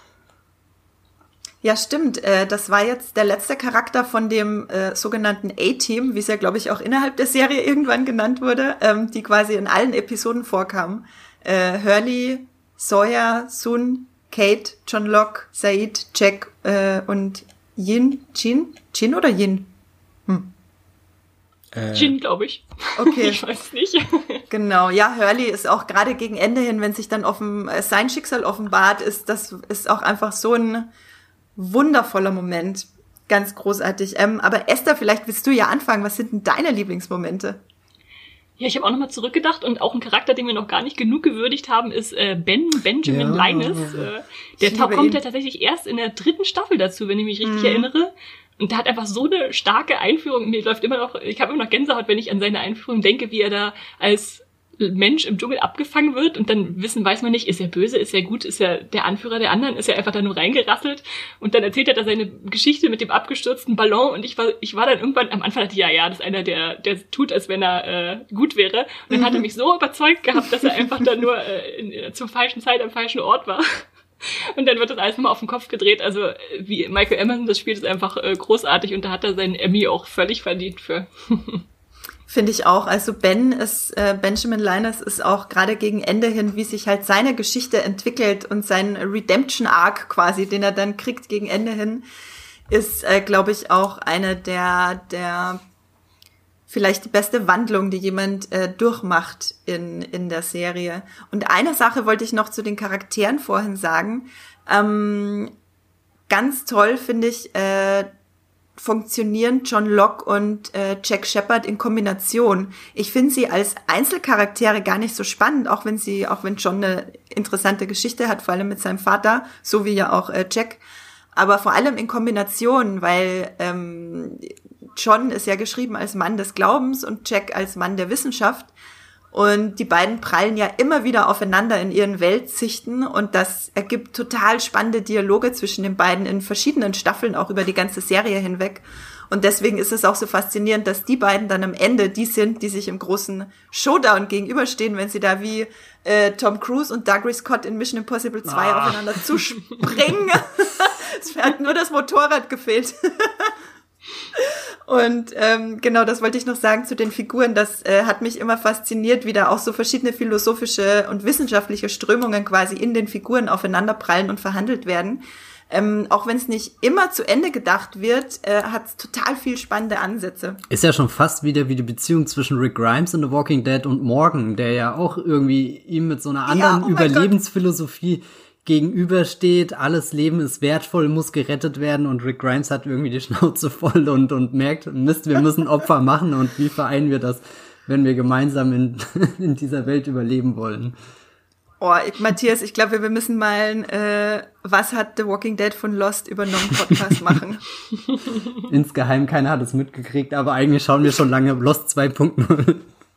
Ja, stimmt. Das war jetzt der letzte Charakter von dem äh, sogenannten A-Team, wie es ja, glaube ich, auch innerhalb der Serie irgendwann genannt wurde, ähm, die quasi in allen Episoden vorkamen. Äh, Hurley, Sawyer, Sun, Kate, John Locke, Said, Jack äh, und Yin. Jin? Jin oder Yin? Hm. Äh. Jin, glaube ich. Okay. Ich weiß nicht. Genau, ja, Hurley ist auch gerade gegen Ende hin, wenn sich dann offen, äh, sein Schicksal offenbart, ist das ist auch einfach so ein wundervoller Moment. Ganz großartig. Ähm, aber Esther, vielleicht willst du ja anfangen. Was sind denn deine Lieblingsmomente? Ja, ich habe auch nochmal zurückgedacht und auch ein Charakter, den wir noch gar nicht genug gewürdigt haben, ist äh, Ben, Benjamin ja. Linus. Äh, der kommt ja tatsächlich erst in der dritten Staffel dazu, wenn ich mich richtig mhm. erinnere. Und der hat einfach so eine starke Einführung. Mir läuft immer noch, ich habe immer noch Gänsehaut, wenn ich an seine Einführung denke, wie er da als Mensch im Dschungel abgefangen wird und dann wissen, weiß man nicht, ist er böse, ist er gut, ist er der Anführer der anderen, ist er einfach da nur reingerasselt und dann erzählt er da seine Geschichte mit dem abgestürzten Ballon und ich war ich war dann irgendwann, am Anfang dachte ich, ja, ja, das ist einer, der der tut, als wenn er äh, gut wäre und dann hat er mich so überzeugt gehabt, dass er einfach dann nur äh, in, in, zur falschen Zeit am falschen Ort war. Und dann wird das alles nochmal auf den Kopf gedreht. Also wie Michael Emerson das spielt, ist einfach äh, großartig und da hat er seinen Emmy auch völlig verdient für. Finde ich auch. Also Ben ist, äh, Benjamin Linus ist auch gerade gegen Ende hin, wie sich halt seine Geschichte entwickelt und sein Redemption-Arc quasi, den er dann kriegt gegen Ende hin, ist, äh, glaube ich, auch eine der, der vielleicht die beste Wandlung, die jemand äh, durchmacht in, in der Serie. Und eine Sache wollte ich noch zu den Charakteren vorhin sagen. Ähm, ganz toll finde ich, äh, funktionieren John Locke und äh, Jack Shephard in Kombination. Ich finde sie als Einzelcharaktere gar nicht so spannend, auch wenn sie, auch wenn John eine interessante Geschichte hat, vor allem mit seinem Vater, so wie ja auch äh, Jack. Aber vor allem in Kombination, weil ähm, John ist ja geschrieben als Mann des Glaubens und Jack als Mann der Wissenschaft. Und die beiden prallen ja immer wieder aufeinander in ihren Weltsichten und das ergibt total spannende Dialoge zwischen den beiden in verschiedenen Staffeln, auch über die ganze Serie hinweg. Und deswegen ist es auch so faszinierend, dass die beiden dann am Ende die sind, die sich im großen Showdown gegenüberstehen, wenn sie da wie äh, Tom Cruise und Douglas Scott in Mission Impossible zwei ah. aufeinander zuspringen. Es hat nur das Motorrad gefehlt. Und ähm, genau, das wollte ich noch sagen zu den Figuren. Das äh, hat mich immer fasziniert, wie da auch so verschiedene philosophische und wissenschaftliche Strömungen quasi in den Figuren aufeinanderprallen und verhandelt werden. Ähm, auch wenn es nicht immer zu Ende gedacht wird, äh, hat es total viel spannende Ansätze. Ist ja schon fast wieder wie die Beziehung zwischen Rick Grimes in The Walking Dead und Morgan, der ja auch irgendwie ihm mit so einer anderen ja, oh Überlebensphilosophie gegenübersteht, alles Leben ist wertvoll, muss gerettet werden und Rick Grimes hat irgendwie die Schnauze voll und und merkt, Mist, wir müssen Opfer machen und wie vereinen wir das, wenn wir gemeinsam in in dieser Welt überleben wollen. Oh, ich, Matthias, ich glaube, wir müssen mal äh, was hat The Walking Dead von Lost übernommen Podcast machen. Insgeheim, keiner hat es mitgekriegt, aber eigentlich schauen wir schon lange Lost zwei Punkt null.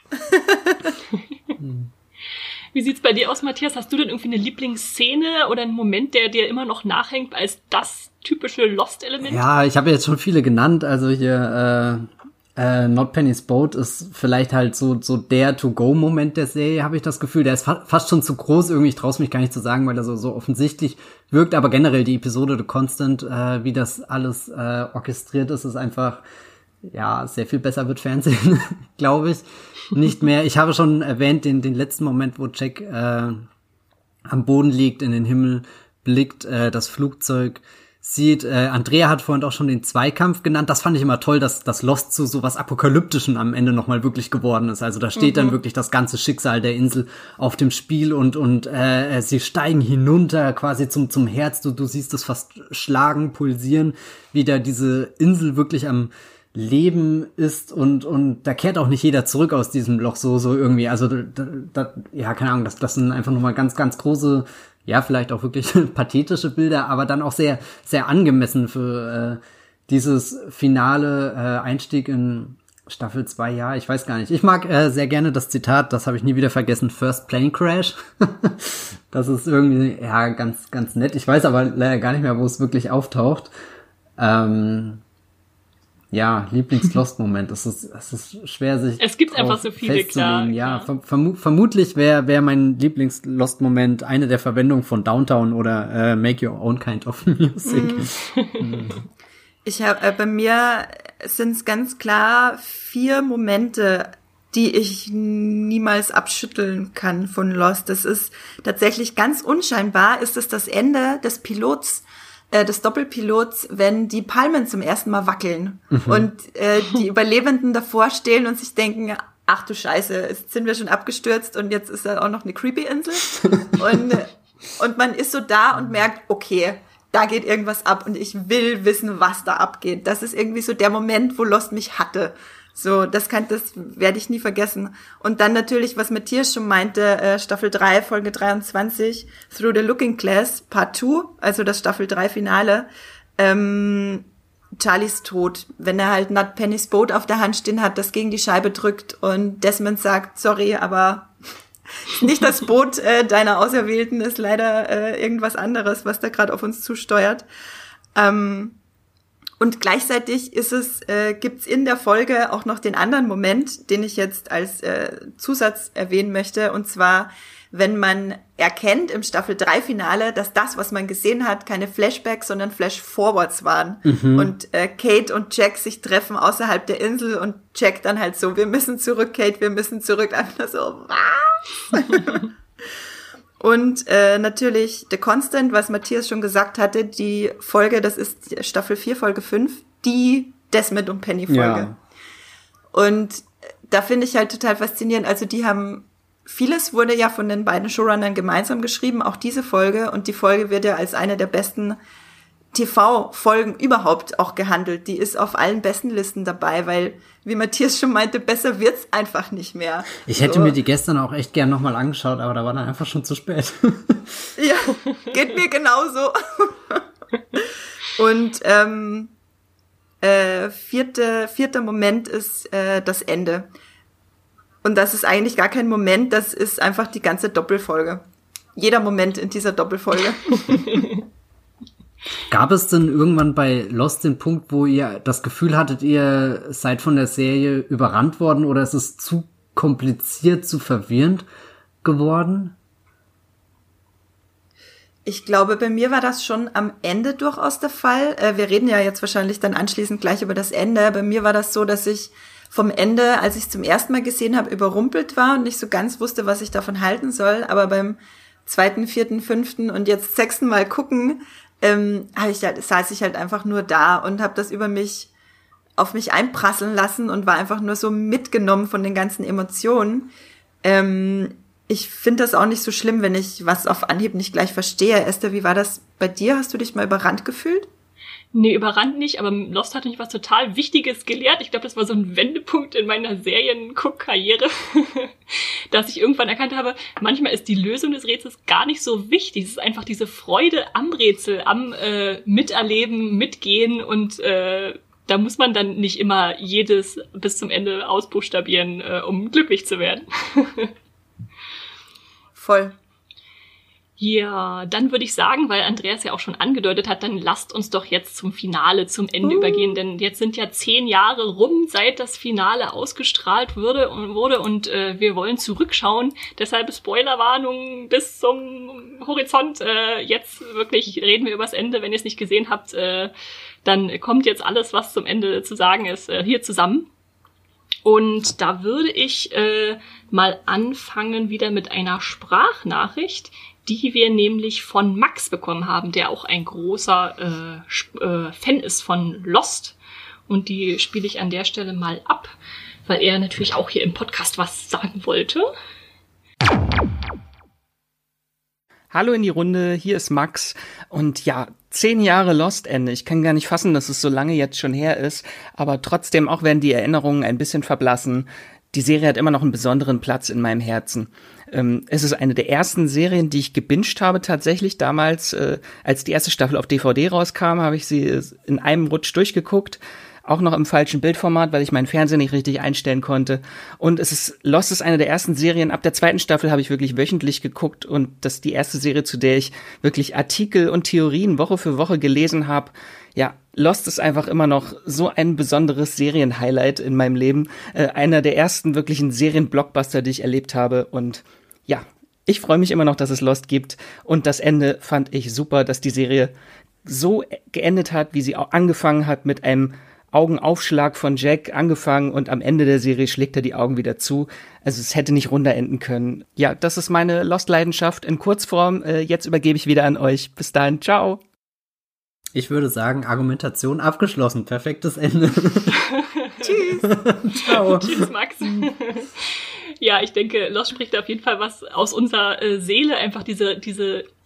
Wie sieht's bei dir aus, Matthias? Hast du denn irgendwie eine Lieblingsszene oder einen Moment, der dir immer noch nachhängt als das typische Lost-Element? Ja, ich habe jetzt schon viele genannt. Also hier äh, äh, Not Penny's Boat ist vielleicht halt so so der To-Go-Moment der Serie, habe ich das Gefühl. Der ist fa- fast schon zu groß. Irgendwie, ich traue es mich gar nicht zu sagen, weil er so so offensichtlich wirkt. Aber generell die Episode The Constant, äh, wie das alles äh, orchestriert ist, ist einfach ja sehr viel besser wird Fernsehen, glaube ich. Nicht mehr. Ich habe schon erwähnt, den den letzten Moment, wo Jack äh, am Boden liegt, in den Himmel blickt, äh, das Flugzeug sieht. Äh, Andrea hat vorhin auch schon den Zweikampf genannt. Das fand ich immer toll, dass das Lost zu so was Apokalyptischen am Ende nochmal wirklich geworden ist. Also da steht mhm. dann wirklich das ganze Schicksal der Insel auf dem Spiel und und äh, sie steigen hinunter quasi zum zum Herz. Du du siehst es fast schlagen, pulsieren, wie da diese Insel wirklich am Leben ist und und da kehrt auch nicht jeder zurück aus diesem Loch so so irgendwie, also da, da, ja, keine Ahnung, das das sind einfach nochmal ganz ganz große, ja, vielleicht auch wirklich pathetische Bilder, aber dann auch sehr sehr angemessen für äh, dieses finale äh, Einstieg in Staffel zwei, ja, ich weiß gar nicht. Ich mag äh, sehr gerne das Zitat, das habe ich nie wieder vergessen, First Plane Crash. Das ist irgendwie ja ganz ganz nett. Ich weiß aber leider gar nicht mehr, wo es wirklich auftaucht. Ähm Ja, Lieblings-Lost-Moment. Es ist, es ist schwer, sich Es gibt einfach so viele, klar. Ja, klar. Verm- vermutlich wäre wär mein Lieblings-Lost-Moment eine der Verwendung von Downtown oder äh, Make Your Own Kind of Music. Mm. Ich habe äh, bei mir sind es ganz klar vier Momente, die ich niemals abschütteln kann von Lost. Das ist tatsächlich ganz unscheinbar, ist es das Ende des Pilots, des Doppelpilots, wenn die Palmen zum ersten Mal wackeln mhm. und äh, die Überlebenden davor stehen und sich denken, ach du Scheiße, jetzt sind wir schon abgestürzt und jetzt ist da auch noch eine Creepy-Insel. und, und man ist so da und merkt, okay, da geht irgendwas ab und ich will wissen, was da abgeht. Das ist irgendwie so der Moment, wo Lost mich hatte. So, das kann, das werde ich nie vergessen. Und dann natürlich, was Matthias schon meinte, äh, Staffel drei, Folge dreiundzwanzig, Through the Looking Glass, Part zwei, also das Staffel drei Finale. Ähm, Charlies Tod, wenn er halt Nut Pennys Boot auf der Hand stehen hat, das gegen die Scheibe drückt und Desmond sagt, sorry, aber nicht das Boot äh, deiner Auserwählten, ist leider äh, irgendwas anderes, was da gerade auf uns zusteuert. Ähm, und gleichzeitig ist es, äh, gibt's in der Folge auch noch den anderen Moment, den ich jetzt als äh, Zusatz erwähnen möchte, und zwar, wenn man erkennt im Staffel drei Finale, dass das, was man gesehen hat, keine Flashbacks, sondern Flashforwards waren. Mhm. Und äh, Kate und Jack sich treffen außerhalb der Insel und Jack dann halt so, wir müssen zurück, Kate, wir müssen zurück. Einfach so, was? Und äh, natürlich The Constant, was Matthias schon gesagt hatte, die Folge, das ist Staffel vier, Folge fünf, die Desmond und Penny Folge. Ja. Und da finde ich halt total faszinierend, also die haben vieles wurde ja von den beiden Showrunnern gemeinsam geschrieben, auch diese Folge. Und die Folge wird ja als eine der besten T V-Folgen überhaupt auch gehandelt. Die ist auf allen besten Listen dabei, weil, wie Matthias schon meinte, besser wird's einfach nicht mehr. Ich hätte so. mir die gestern auch echt gern nochmal angeschaut, aber da war dann einfach schon zu spät. Ja, geht mir genauso. Und ähm, äh, vierte, vierter Moment ist äh, das Ende. Und das ist eigentlich gar kein Moment, das ist einfach die ganze Doppelfolge. Jeder Moment in dieser Doppelfolge. Gab es denn irgendwann bei Lost den Punkt, wo ihr das Gefühl hattet, ihr seid von der Serie überrannt worden oder ist es zu kompliziert, zu verwirrend geworden? Ich glaube, bei mir war das schon am Ende durchaus der Fall. Wir reden ja jetzt wahrscheinlich dann anschließend gleich über das Ende. Bei mir war das so, dass ich vom Ende, als ich es zum ersten Mal gesehen habe, überrumpelt war und nicht so ganz wusste, was ich davon halten soll. Aber beim zweiten, vierten, fünften und jetzt sechsten Mal gucken, ähm, hab ich halt, saß ich halt einfach nur da und habe das über mich, auf mich einprasseln lassen und war einfach nur so mitgenommen von den ganzen Emotionen. Ähm, ich finde das auch nicht so schlimm, wenn ich was auf Anhieb nicht gleich verstehe. Esther, wie war das bei dir? Hast du dich mal überrannt gefühlt? Nee, überrannt nicht, aber Lost hat mich was total Wichtiges gelehrt. Ich glaube, das war so ein Wendepunkt in meiner Serienguck-Karriere, dass ich irgendwann erkannt habe, manchmal ist die Lösung des Rätsels gar nicht so wichtig. Es ist einfach diese Freude am Rätsel, am äh, Miterleben, Mitgehen und äh, da muss man dann nicht immer jedes bis zum Ende ausbuchstabieren, äh, um glücklich zu werden. Voll. Ja, dann würde ich sagen, weil Andreas ja auch schon angedeutet hat, dann lasst uns doch jetzt zum Finale, zum Ende uh. übergehen, denn jetzt sind ja zehn Jahre rum, seit das Finale ausgestrahlt wurde und wurde und äh, wir wollen zurückschauen. Deshalb Spoilerwarnung bis zum Horizont. Äh, jetzt wirklich reden wir übers Ende. Wenn ihr es nicht gesehen habt, äh, dann kommt jetzt alles, was zum Ende zu sagen ist, äh, hier zusammen. Und da würde ich äh, mal anfangen wieder mit einer Sprachnachricht, die wir nämlich von Max bekommen haben, der auch ein großer äh, äh, Fan ist von Lost. Und die spiele ich an der Stelle mal ab, weil er natürlich auch hier im Podcast was sagen wollte. Hallo in die Runde, hier ist Max. Und ja, zehn Jahre Lost-Ende. Ich kann gar nicht fassen, dass es so lange jetzt schon her ist. Aber trotzdem, auch wenn die Erinnerungen ein bisschen verblassen, die Serie hat immer noch einen besonderen Platz in meinem Herzen. Ähm, es ist eine der ersten Serien, die ich gebinged habe tatsächlich. Damals, äh, als die erste Staffel auf D V D rauskam, habe ich sie in einem Rutsch durchgeguckt. Auch noch im falschen Bildformat, weil ich meinen Fernseher nicht richtig einstellen konnte. Und es ist, Lost ist eine der ersten Serien. Ab der zweiten Staffel habe ich wirklich wöchentlich geguckt. Und das ist die erste Serie, zu der ich wirklich Artikel und Theorien Woche für Woche gelesen habe. Ja, Lost ist einfach immer noch so ein besonderes Serienhighlight in meinem Leben. Äh, einer der ersten wirklichen Serienblockbuster, die ich erlebt habe. Und ja, ich freue mich immer noch, dass es Lost gibt. Und das Ende fand ich super, dass die Serie so geendet hat, wie sie auch angefangen hat, mit einem Augenaufschlag von Jack angefangen und am Ende der Serie schlägt er die Augen wieder zu. Also es hätte nicht runder enden können. Ja, das ist meine Lost-Leidenschaft in Kurzform. Äh, jetzt übergebe ich wieder an euch. Bis dahin, ciao. Ich würde sagen, Argumentation abgeschlossen. Perfektes Ende. Tschüss. Ciao. Tschüss, Max. Ja, ich denke, Lost spricht auf jeden Fall was aus unserer äh, Seele. Einfach diese, diese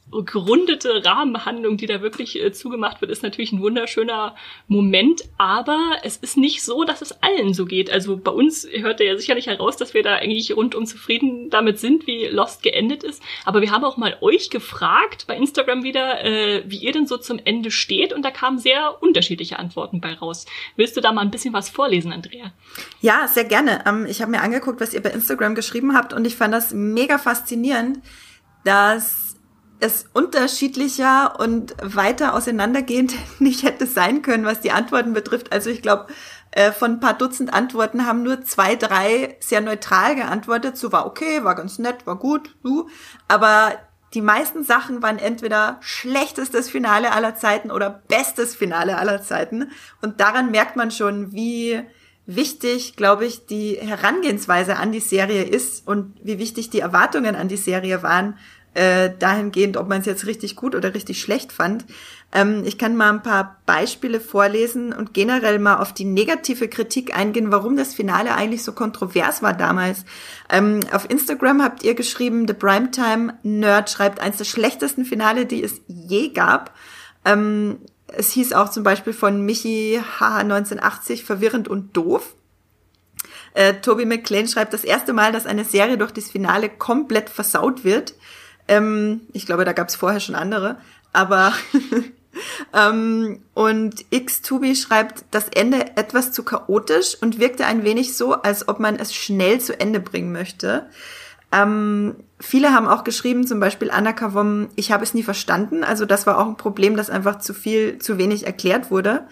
gerundete Rahmenhandlung, die da wirklich äh, zugemacht wird, ist natürlich ein wunderschöner Moment, aber es ist nicht so, dass es allen so geht. Also bei uns hört ihr ja sicherlich heraus, dass wir da eigentlich rundum zufrieden damit sind, wie Lost geendet ist, aber wir haben auch mal euch gefragt, bei Instagram wieder, äh, wie ihr denn so zum Ende steht, und da kamen sehr unterschiedliche Antworten bei raus. Willst du da mal ein bisschen was vorlesen, Andrea? Ja, sehr gerne. Ähm, ich habe mir angeguckt, was ihr bei Instagram geschrieben habt, und ich fand das mega faszinierend, dass es unterschiedlicher und weiter auseinandergehend nicht hätte sein können, was die Antworten betrifft. Also ich glaube, äh, von ein paar Dutzend Antworten haben nur zwei, drei sehr neutral geantwortet. So war okay, war ganz nett, war gut, du. Aber die meisten Sachen waren entweder schlechtestes Finale aller Zeiten oder bestes Finale aller Zeiten. Und daran merkt man schon, wie wichtig, glaube ich, die Herangehensweise an die Serie ist und wie wichtig die Erwartungen an die Serie waren, äh, dahingehend, ob man es jetzt richtig gut oder richtig schlecht fand. Ähm, ich kann mal ein paar Beispiele vorlesen und generell mal auf die negative Kritik eingehen, warum das Finale eigentlich so kontrovers war damals. Ähm, auf Instagram habt ihr geschrieben, The Primetime Nerd schreibt, eins der schlechtesten Finale, die es je gab. Ähm, es hieß auch zum Beispiel von Michi H H neunzehnhundertachtzig, verwirrend und doof. Äh, Toby McLean schreibt, das erste Mal, dass eine Serie durch das Finale komplett versaut wird. Ähm, ich glaube, da gab es vorher schon andere, aber ähm, und X zwei B schreibt, das Ende etwas zu chaotisch und wirkte ein wenig so, als ob man es schnell zu Ende bringen möchte. Ähm, viele haben auch geschrieben, zum Beispiel Anna Kavom, ich habe es nie verstanden, also das war auch ein Problem, dass einfach zu viel, zu wenig erklärt wurde.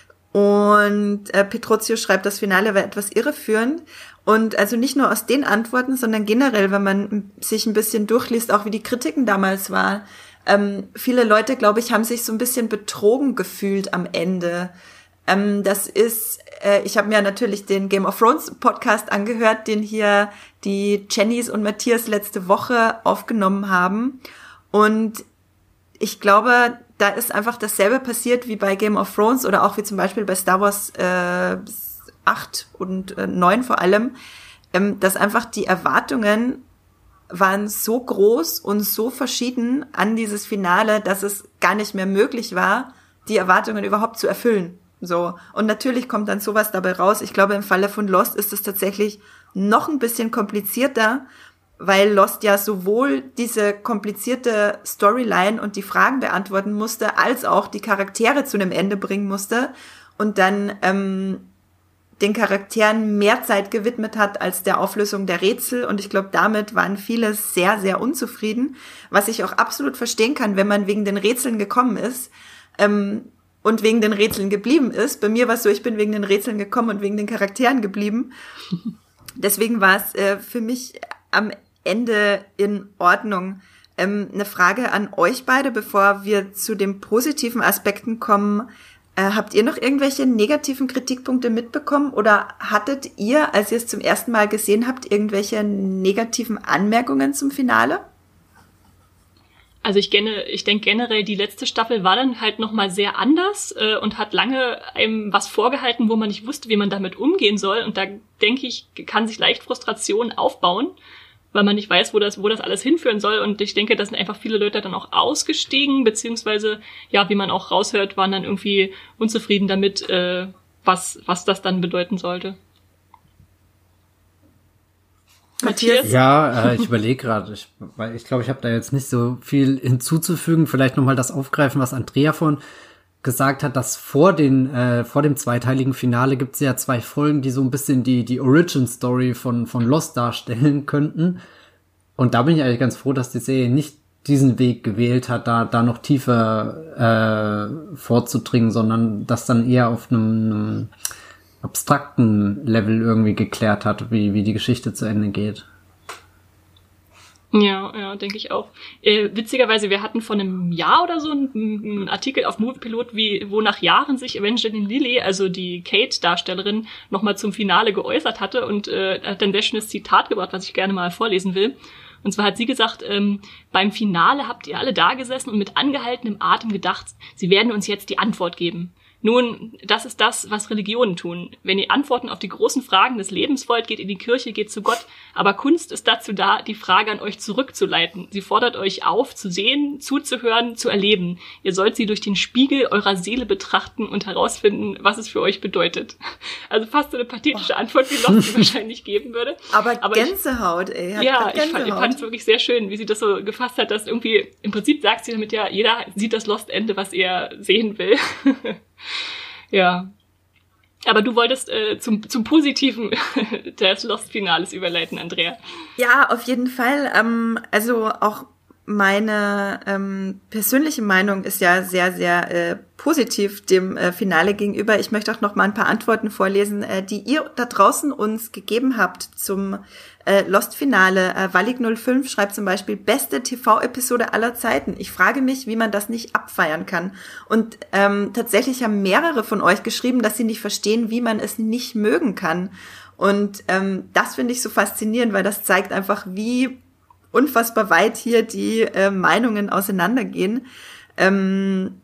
Und äh, Petrozio schreibt, das Finale war etwas irreführend. Und also nicht nur aus den Antworten, sondern generell, wenn man sich ein bisschen durchliest, auch wie die Kritiken damals waren. Ähm, viele Leute, glaube ich, haben sich so ein bisschen betrogen gefühlt am Ende. Ähm, das ist, äh, ich habe mir natürlich den Game of Thrones Podcast angehört, den hier die Jennys und Matthias letzte Woche aufgenommen haben. Und ich glaube, da ist einfach dasselbe passiert wie bei Game of Thrones oder auch wie zum Beispiel bei Star Wars äh, acht und neun vor allem, ähm, dass einfach die Erwartungen waren so groß und so verschieden an dieses Finale, dass es gar nicht mehr möglich war, die Erwartungen überhaupt zu erfüllen. So. Und natürlich kommt dann sowas dabei raus. Ich glaube, im Falle von Lost ist es tatsächlich noch ein bisschen komplizierter, weil Lost ja sowohl diese komplizierte Storyline und die Fragen beantworten musste, als auch die Charaktere zu einem Ende bringen musste und dann ähm, den Charakteren mehr Zeit gewidmet hat als der Auflösung der Rätsel. Und ich glaube, damit waren viele sehr, sehr unzufrieden, was ich auch absolut verstehen kann, wenn man wegen den Rätseln gekommen ist ähm, und wegen den Rätseln geblieben ist. Bei mir war es so, ich bin wegen den Rätseln gekommen und wegen den Charakteren geblieben. Deswegen war es äh, für mich am Ende in Ordnung. Ähm, eine Frage an euch beide, bevor wir zu den positiven Aspekten kommen. Äh, habt ihr noch irgendwelche negativen Kritikpunkte mitbekommen oder hattet ihr, als ihr es zum ersten Mal gesehen habt, irgendwelche negativen Anmerkungen zum Finale? Also ich, gene, ich denke generell, die letzte Staffel war dann halt nochmal sehr anders äh, und hat lange einem was vorgehalten, wo man nicht wusste, wie man damit umgehen soll. Und da denke ich, kann sich leicht Frustration aufbauen, weil man nicht weiß, wo das, wo das alles hinführen soll. Und ich denke, da sind einfach viele Leute dann auch ausgestiegen, beziehungsweise, ja, wie man auch raushört, waren dann irgendwie unzufrieden damit, äh, was, was das dann bedeuten sollte. Matthias? Ja, äh, ich überlege gerade, ich, weil ich glaube, ich habe da jetzt nicht so viel hinzuzufügen. Vielleicht nochmal das aufgreifen, was Andrea von gesagt hat, dass vor den äh, vor dem zweiteiligen Finale gibt es ja zwei Folgen, die so ein bisschen die die Origin-Story von von Lost darstellen könnten. Und da bin ich eigentlich ganz froh, dass die Serie nicht diesen Weg gewählt hat, da da noch tiefer äh, vorzudringen, sondern das dann eher auf einem, einem abstrakten Level irgendwie geklärt hat, wie wie die Geschichte zu Ende geht. Ja, ja, denke ich auch. Äh, witzigerweise, wir hatten vor einem Jahr oder so einen, einen Artikel auf Moviepilot, wie, wo nach Jahren sich Evangeline Lilly, also die Kate-Darstellerin, nochmal zum Finale geäußert hatte und äh, hat ein sehr schönes Zitat gebracht, was ich gerne mal vorlesen will. Und zwar hat sie gesagt, ähm, beim Finale habt ihr alle da gesessen und mit angehaltenem Atem gedacht, sie werden uns jetzt die Antwort geben. Nun, das ist das, was Religionen tun. Wenn ihr Antworten auf die großen Fragen des Lebens wollt, geht in die Kirche, geht zu Gott. Aber Kunst ist dazu da, die Frage an euch zurückzuleiten. Sie fordert euch auf, zu sehen, zuzuhören, zu erleben. Ihr sollt sie durch den Spiegel eurer Seele betrachten und herausfinden, was es für euch bedeutet. Also fast so eine pathetische Antwort, wie Lost wahrscheinlich geben würde. Aber, Aber Gänsehaut, ich, ey. Hat ja, Gänsehaut. ich fand, ich fand es wirklich sehr schön, wie sie das so gefasst hat, dass irgendwie, im Prinzip sagt sie damit ja, jeder sieht das Lost-Ende, was er sehen will. Ja. Aber du wolltest äh, zum, zum Positiven des Lost-Finales überleiten, Andrea. Ja, auf jeden Fall. Ähm, also auch meine ähm, persönliche Meinung ist ja sehr, sehr äh, positiv dem äh, Finale gegenüber. Ich möchte auch noch mal ein paar Antworten vorlesen, äh, die ihr da draußen uns gegeben habt zum äh, Lost-Finale. Äh, Wallig null fünf schreibt zum Beispiel, beste T V-Episode aller Zeiten. Ich frage mich, wie man das nicht abfeiern kann. Und ähm, tatsächlich haben mehrere von euch geschrieben, dass sie nicht verstehen, wie man es nicht mögen kann. Und ähm, das finde ich so faszinierend, weil das zeigt einfach, wie unfassbar weit hier die äh, Meinungen auseinandergehen. Ähm,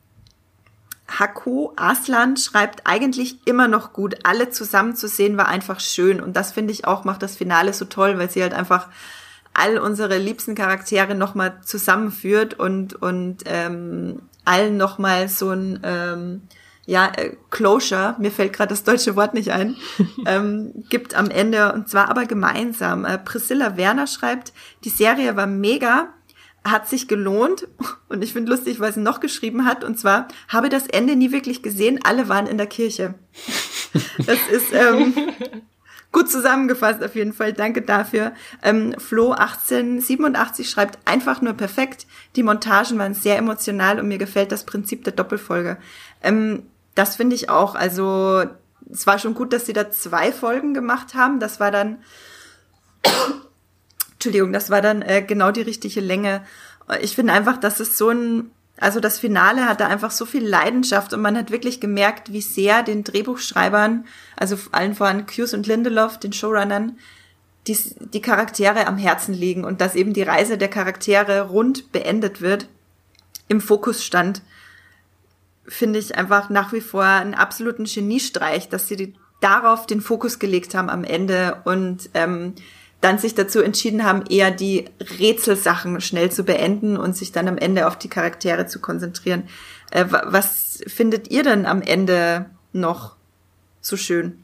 Hako Aslan schreibt, eigentlich immer noch gut. Alle zusammen zu sehen war einfach schön. Und das finde ich auch, macht das Finale so toll, weil sie halt einfach all unsere liebsten Charaktere nochmal zusammenführt und, und ähm, allen nochmal so ein ähm, ja, äh, Closure, mir fällt gerade das deutsche Wort nicht ein, ähm, gibt am Ende, und zwar aber gemeinsam. Äh, Priscilla Werner schreibt, die Serie war mega, hat sich gelohnt, und ich finde lustig, was sie noch geschrieben hat, und zwar, habe das Ende nie wirklich gesehen, alle waren in der Kirche. Das ist ähm, gut zusammengefasst auf jeden Fall, danke dafür. Ähm, Flo achtzehnhundertsiebenundachtzig schreibt, einfach nur perfekt, die Montagen waren sehr emotional und mir gefällt das Prinzip der Doppelfolge. Ähm, das finde ich auch, also es war schon gut, dass sie da zwei Folgen gemacht haben, das war dann Entschuldigung, das war dann äh, genau die richtige Länge. Ich finde einfach, dass es so ein, also das Finale hatte einfach so viel Leidenschaft und man hat wirklich gemerkt, wie sehr den Drehbuchschreibern, also allen voran Cuse und Lindelof, den Showrunnern, die, die Charaktere am Herzen liegen und dass eben die Reise der Charaktere rund beendet wird, im Fokus stand. Finde ich einfach nach wie vor einen absoluten Geniestreich, dass sie die, darauf den Fokus gelegt haben am Ende und ähm, dann sich dazu entschieden haben, eher die Rätselsachen schnell zu beenden und sich dann am Ende auf die Charaktere zu konzentrieren. Äh, was findet ihr denn am Ende noch so schön?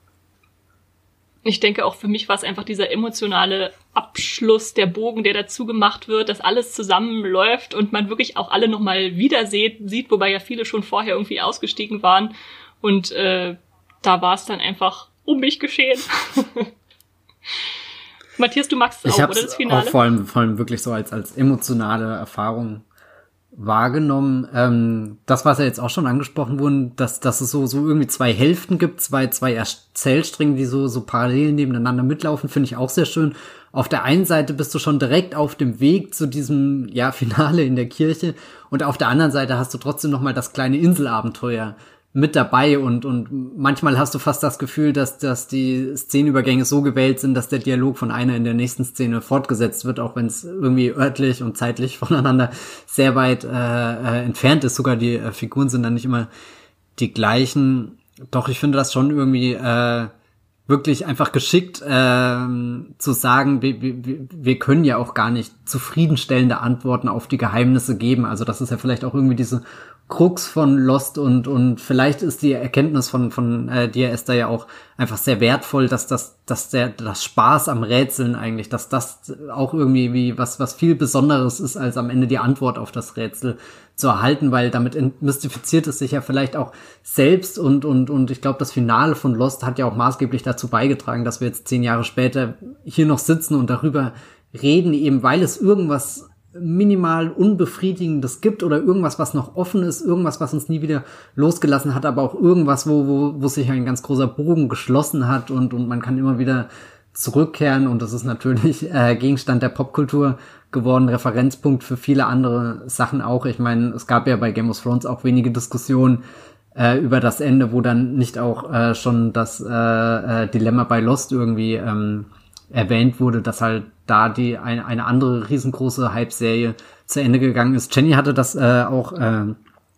Ich denke, auch für mich war es einfach dieser emotionale Abschluss, der Bogen, der dazu gemacht wird, dass alles zusammenläuft und man wirklich auch alle nochmal wieder sieht, sieht, wobei ja viele schon vorher irgendwie ausgestiegen waren. Und äh, da war es dann einfach um mich geschehen. Matthias, du magst es auch, oder das Finale? Ich habe es vor allem, vor allem wirklich so als, als emotionale Erfahrung wahrgenommen. Ähm, das, was ja jetzt auch schon angesprochen wurde, dass, dass es so, so irgendwie zwei Hälften gibt, zwei, zwei Erzählstränge, die so, so parallel nebeneinander mitlaufen, finde ich auch sehr schön. Auf der einen Seite bist du schon direkt auf dem Weg zu diesem, ja, Finale in der Kirche und auf der anderen Seite hast du trotzdem noch mal das kleine Inselabenteuer mit dabei und und manchmal hast du fast das Gefühl, dass dass die Szenenübergänge so gewählt sind, dass der Dialog von einer in der nächsten Szene fortgesetzt wird, auch wenn es irgendwie örtlich und zeitlich voneinander sehr weit äh, äh, entfernt ist. Sogar die äh, Figuren sind dann nicht immer die gleichen. Doch ich finde das schon irgendwie äh, wirklich einfach geschickt äh, zu sagen, wir, wir, wir können ja auch gar nicht zufriedenstellende Antworten auf die Geheimnisse geben. Also das ist ja vielleicht auch irgendwie diese Krux von Lost und und vielleicht ist die Erkenntnis von von äh, dir, Esther, ja auch einfach sehr wertvoll, dass das dass der das Spaß am Rätseln eigentlich, dass das auch irgendwie wie was was viel Besonderes ist, als am Ende die Antwort auf das Rätsel zu erhalten, weil damit entmystifiziert es sich ja vielleicht auch selbst und und und ich glaube, das Finale von Lost hat ja auch maßgeblich dazu beigetragen, dass wir jetzt zehn Jahre später hier noch sitzen und darüber reden, eben weil es irgendwas minimal Unbefriedigendes gibt oder irgendwas, was noch offen ist, irgendwas, was uns nie wieder losgelassen hat, aber auch irgendwas, wo wo wo sich ein ganz großer Bogen geschlossen hat und und man kann immer wieder zurückkehren und das ist natürlich äh, Gegenstand der Popkultur geworden, Referenzpunkt für viele andere Sachen auch. Ich meine, es gab ja bei Game of Thrones auch wenige Diskussionen äh, über das Ende, wo dann nicht auch äh, schon das äh, äh, Dilemma bei Lost irgendwie ähm, erwähnt wurde, dass halt da die eine, eine andere riesengroße Hype-Serie zu Ende gegangen ist. Jenny hatte das äh, auch äh,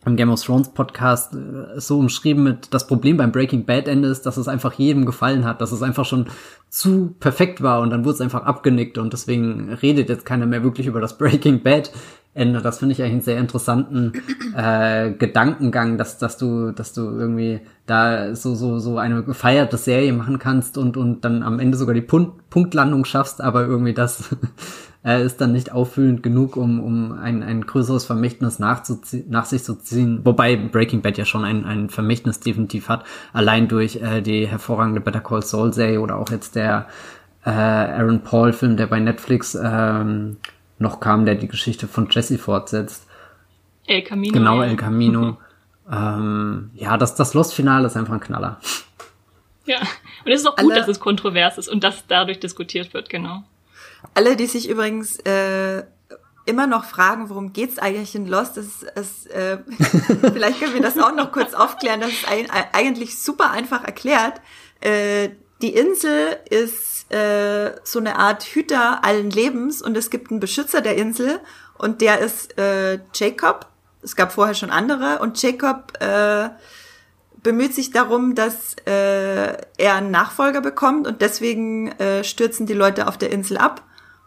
im Game of Thrones Podcast äh, so umschrieben mit, das Problem beim Breaking Bad Ende ist, dass es einfach jedem gefallen hat, dass es einfach schon zu perfekt war und dann wurde es einfach abgenickt und deswegen redet jetzt keiner mehr wirklich über das Breaking Bad Ende. Das finde ich eigentlich einen sehr interessanten äh, Gedankengang, dass dass du dass du irgendwie da so so so eine gefeierte Serie machen kannst und und dann am Ende sogar die Punkt, Punktlandung schaffst, aber irgendwie das äh, ist dann nicht auffüllend genug, um um ein ein größeres Vermächtnis nachzuzie- nach sich zu ziehen. Wobei Breaking Bad ja schon ein ein Vermächtnis definitiv hat, allein durch äh, die hervorragende Better Call Saul Serie oder auch jetzt der äh, Aaron Paul Film, der bei Netflix ähm, noch kam, der die Geschichte von Jesse fortsetzt. El Camino. Genau, ja. El Camino. ähm, ja, das, das Lost-Finale ist einfach ein Knaller. Ja, und es ist auch gut, Alle- dass es kontrovers ist und dass dadurch diskutiert wird, genau. Alle, die sich übrigens äh, immer noch fragen, worum geht's eigentlich in Lost, das ist, ist, äh, vielleicht können wir das auch noch kurz aufklären, das ist ein, eigentlich super einfach erklärt. Äh, die Insel ist äh, so eine Art Hüter allen Lebens und es gibt einen Beschützer der Insel und der ist äh, Jacob. Es gab vorher schon andere und Jacob äh, bemüht sich darum, dass äh, er einen Nachfolger bekommt und deswegen äh, stürzen die Leute auf der Insel ab.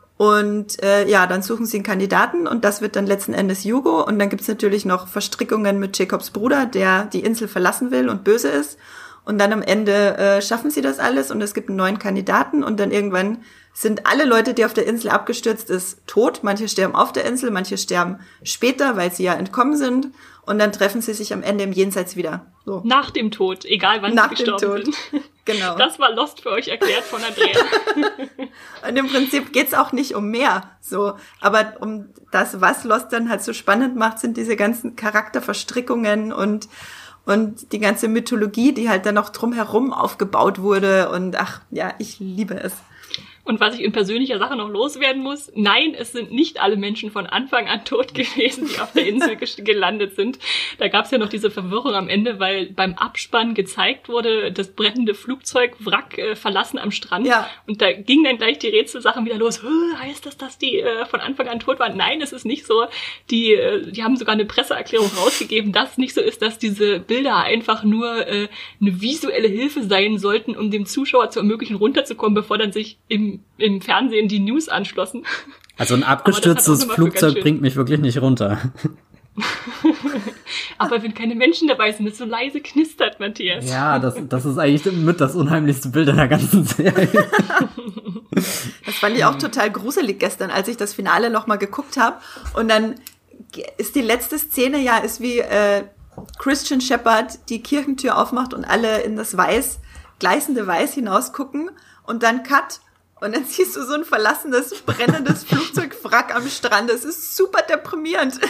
Und äh, ja, dann suchen sie einen Kandidaten und das wird dann letzten Endes Hugo. Und dann gibt's natürlich noch Verstrickungen mit Jacobs Bruder, der die Insel verlassen will und böse ist. Und dann am Ende äh, schaffen sie das alles und es gibt einen neuen Kandidaten. Und dann irgendwann sind alle Leute, die auf der Insel abgestürzt ist, tot. Manche sterben auf der Insel, manche sterben später, weil sie ja entkommen sind. Und dann treffen sie sich am Ende im Jenseits wieder. So. Nach dem Tod, egal wann Nach sie dem gestorben Tod. sind. Genau. Das war Lost für euch erklärt von Andrea. Und im Prinzip geht's auch nicht um mehr, so. Aber um das, was Lost dann halt so spannend macht, sind diese ganzen Charakterverstrickungen und, und die ganze Mythologie, die halt dann noch drumherum aufgebaut wurde. Und ach, ja, ich liebe es. Und was ich in persönlicher Sache noch loswerden muss, nein, es sind nicht alle Menschen von Anfang an tot gewesen, die auf der Insel ges- gelandet sind. Da gab es ja noch diese Verwirrung am Ende, weil beim Abspann gezeigt wurde, das brennende Flugzeugwrack äh, verlassen am Strand. Ja. Und da ging dann gleich die Rätselsachen wieder los. Heißt das, dass die äh, von Anfang an tot waren? Nein, es ist nicht so. Die, äh, die haben sogar eine Presseerklärung rausgegeben, dass es nicht so ist, dass diese Bilder einfach nur äh, eine visuelle Hilfe sein sollten, um dem Zuschauer zu ermöglichen, runterzukommen, bevor dann sich im im Fernsehen die News anschlossen. Also ein abgestürztes Flugzeug bringt mich wirklich nicht runter. Aber wenn keine Menschen dabei sind, es so leise knistert, Matthias. Ja, das, das ist eigentlich mit das unheimlichste Bild in der ganzen Serie. Das fand ich auch total gruselig gestern, als ich das Finale nochmal geguckt habe. Und dann ist die letzte Szene ja, ist wie äh, Christian Shepherd die Kirchentür aufmacht und alle in das Weiß, gleißende Weiß hinausgucken und dann Cut. Und dann siehst du so ein verlassenes, brennendes Flugzeugwrack am Strand. Das ist super deprimierend.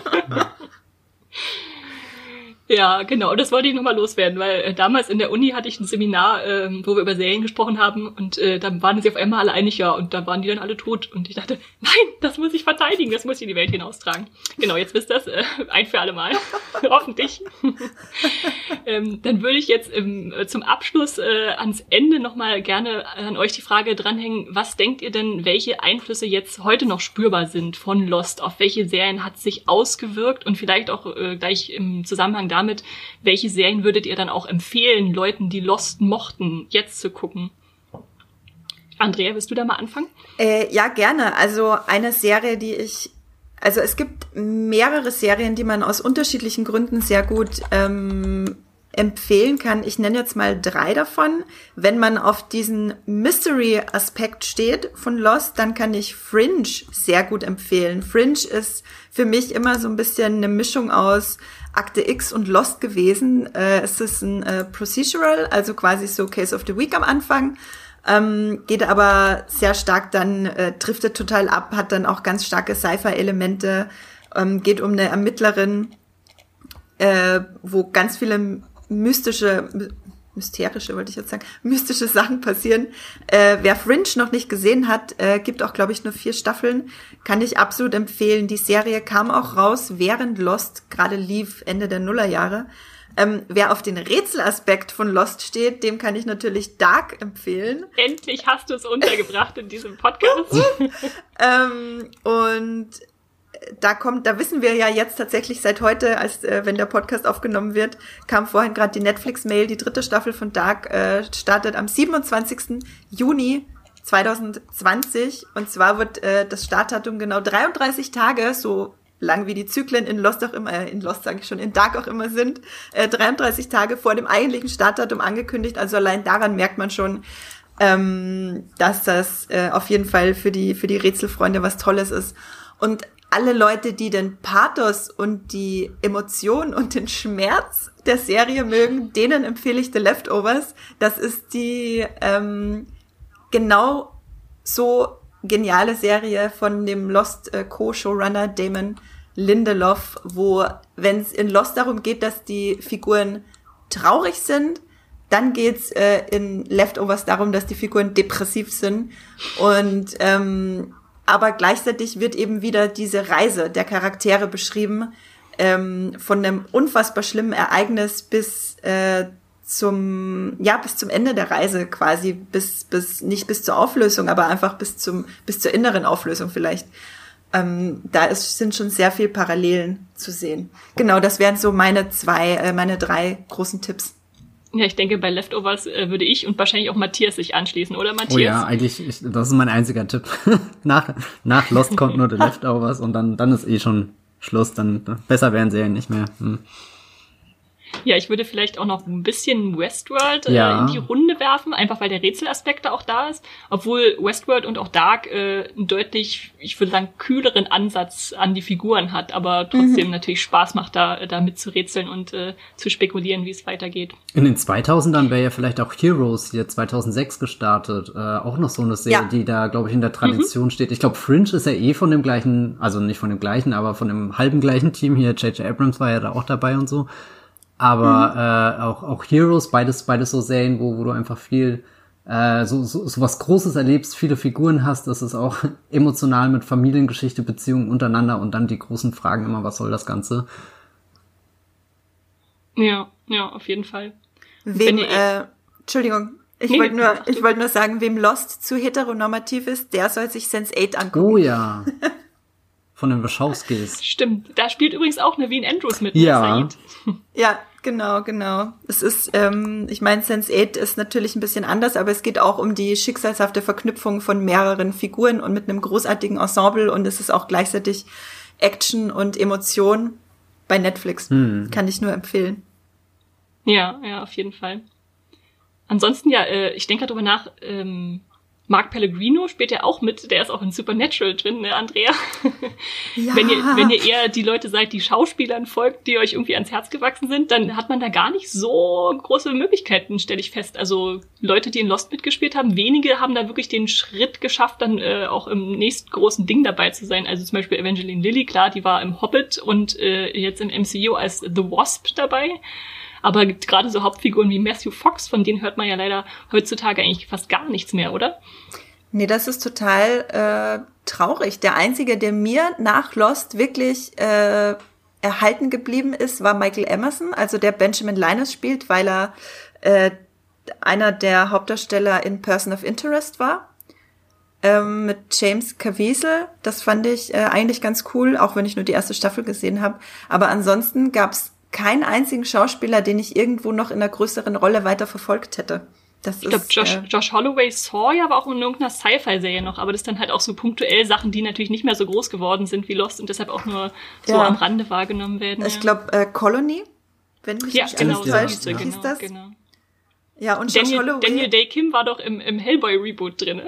Ja, genau, das wollte ich nochmal loswerden, weil äh, damals in der Uni hatte ich ein Seminar, ähm, wo wir über Serien gesprochen haben und äh, dann waren sie auf einmal alle einig, ja, und da waren die dann alle tot und ich dachte, nein, das muss ich verteidigen, das muss ich in die Welt hinaustragen. Genau, jetzt wisst ihr das, äh, ein für alle Mal, hoffentlich. ähm, dann würde ich jetzt ähm, zum Abschluss äh, ans Ende nochmal gerne an euch die Frage dranhängen, was denkt ihr denn, welche Einflüsse jetzt heute noch spürbar sind von Lost, auf welche Serien hat sich ausgewirkt und vielleicht auch äh, gleich im Zusammenhang damit, welche Serien würdet ihr dann auch empfehlen, Leuten, die Lost mochten, jetzt zu gucken? Andrea, willst du da mal anfangen? Äh, ja, gerne. Also eine Serie, die ich, also es gibt mehrere Serien, die man aus unterschiedlichen Gründen sehr gut ähm, empfehlen kann. Ich nenne jetzt mal drei davon. Wenn man auf diesen Mystery-Aspekt steht von Lost, dann kann ich Fringe sehr gut empfehlen. Fringe ist für mich immer so ein bisschen eine Mischung aus Akte X und Lost gewesen. Äh, es ist ein äh, Procedural, also quasi so Case of the Week am Anfang. Ähm, geht aber sehr stark dann, äh, driftet total ab, hat dann auch ganz starke Sci-Fi-Elemente, ähm, geht um eine Ermittlerin, äh, wo ganz viele mystische, mysterische, wollte ich jetzt sagen, mystische Sachen passieren. Äh, wer Fringe noch nicht gesehen hat, äh, gibt auch, glaube ich, nur vier Staffeln, kann ich absolut empfehlen. Die Serie kam auch raus, während Lost gerade lief, Ende der Nullerjahre. Ähm, wer auf den Rätselaspekt von Lost steht, dem kann ich natürlich Dark empfehlen. Endlich hast du es untergebracht in diesem Podcast. ähm, und da kommt, da wissen wir ja jetzt tatsächlich seit heute, als äh, wenn der Podcast aufgenommen wird, kam vorhin gerade die Netflix-Mail, die dritte Staffel von Dark äh, startet am siebenundzwanzigsten Juni zweitausendzwanzig und zwar wird äh, das Startdatum genau dreiunddreißig Tage, so lang wie die Zyklen in Lost auch immer, äh, in Lost sage ich schon, in Dark auch immer sind, äh, dreiunddreißig Tage vor dem eigentlichen Startdatum angekündigt. Also allein daran merkt man schon, ähm, dass das äh, auf jeden Fall für die für die Rätselfreunde was Tolles ist. Und alle Leute, die den Pathos und die Emotion und den Schmerz der Serie mögen, denen empfehle ich The Leftovers. Das ist die ähm, genau so geniale Serie von dem Lost äh, Co-Showrunner Damon Lindelof, wo, wenn es in Lost darum geht, dass die Figuren traurig sind, dann geht's äh, in Leftovers darum, dass die Figuren depressiv sind. Und ähm, aber gleichzeitig wird eben wieder diese Reise der Charaktere beschrieben, ähm, von einem unfassbar schlimmen Ereignis bis äh, zum, ja, bis zum Ende der Reise quasi, bis, bis, nicht bis zur Auflösung, aber einfach bis zum, bis zur inneren Auflösung vielleicht. Ähm, da ist, sind schon sehr viel Parallelen zu sehen. Genau, das wären so meine zwei, äh, meine drei großen Tipps. Ja, ich denke, bei Leftovers äh, würde ich und wahrscheinlich auch Matthias sich anschließen, oder Matthias? Oh ja, eigentlich, ich, das ist mein einziger Tipp. nach, nach Lost kommt nur The Leftovers und dann, dann ist eh schon Schluss, dann besser werden Serien nicht mehr. Hm. Ja, ich würde vielleicht auch noch ein bisschen Westworld äh, ja. in die Runde werfen, einfach weil der Rätselaspekt da auch da ist. Obwohl Westworld und auch Dark äh, einen deutlich, ich würde sagen, kühleren Ansatz an die Figuren hat, aber trotzdem mhm. natürlich Spaß macht, da, da mit zu rätseln und äh, zu spekulieren, wie es weitergeht. In den zweitausendern wäre ja vielleicht auch Heroes hier zweitausendsechs gestartet. Äh, auch noch so eine Serie, ja. die da, glaube ich, in der Tradition mhm. steht. Ich glaube, Fringe ist ja eh von dem gleichen, also nicht von dem gleichen, aber von dem halben gleichen Team hier. J J Abrams war ja da auch dabei und so. Aber mhm. äh, auch auch Heroes, beides beides so Serien, wo wo du einfach viel äh, so, so so was Großes erlebst, viele Figuren hast. Das ist auch emotional mit Familiengeschichte, Beziehungen untereinander und dann die großen Fragen immer, was soll das Ganze? Ja, ja, auf jeden Fall. Wem, äh, Entschuldigung, ich nee, wollte nur ich wollte nur sagen, wem Lost zu heteronormativ ist, der soll sich Sense eight angucken. Oh ja. Von den Wachowskis. Stimmt. Da spielt übrigens auch Naveen Andrews mit. Ja. Ja, genau, genau. Es ist, ähm, ich meine, Sense eight ist natürlich ein bisschen anders, aber es geht auch um die schicksalshafte Verknüpfung von mehreren Figuren und mit einem großartigen Ensemble und es ist auch gleichzeitig Action und Emotion bei Netflix. Hm. Kann ich nur empfehlen. Ja, ja, auf jeden Fall. Ansonsten, ja, äh, ich denke darüber nach, ähm, Mark Pellegrino spielt ja auch mit, der ist auch in Supernatural drin, ne, Andrea? Ja. Wenn ihr, wenn ihr eher die Leute seid, die Schauspielern folgt, die euch irgendwie ans Herz gewachsen sind, dann hat man da gar nicht so große Möglichkeiten, stelle ich fest. Also Leute, die in Lost mitgespielt haben, wenige haben da wirklich den Schritt geschafft, dann äh, auch im nächsten großen Ding dabei zu sein. Also zum Beispiel Evangeline Lilly, klar, die war im Hobbit und äh, jetzt im M C U als The Wasp dabei. Aber gerade so Hauptfiguren wie Matthew Fox, von denen hört man ja leider heutzutage eigentlich fast gar nichts mehr, oder? Nee, das ist total äh, traurig. Der Einzige, der mir nach Lost wirklich äh, erhalten geblieben ist, war Michael Emerson, also der Benjamin Linus spielt, weil er äh, einer der Hauptdarsteller in Person of Interest war. Ähm, mit James Caviezel. Das fand ich äh, eigentlich ganz cool, auch wenn ich nur die erste Staffel gesehen habe. Aber ansonsten gab's keinen einzigen Schauspieler, den ich irgendwo noch in einer größeren Rolle weiter verfolgt hätte. Das ich glaube, Josh, äh, Josh Holloway Sawyer war auch in irgendeiner Sci-Fi-Serie noch, aber das dann halt auch so punktuell Sachen, die natürlich nicht mehr so groß geworden sind wie Lost und deshalb auch nur so ja. am Rande wahrgenommen werden. Ich ja. glaube, äh, Colony, wenn mich ja, nicht genau, alles täuscht, so hieß genau, das. Genau. Ja, und Daniel, Josh Holloway. Daniel Day Kim war doch im, im Hellboy-Reboot drin.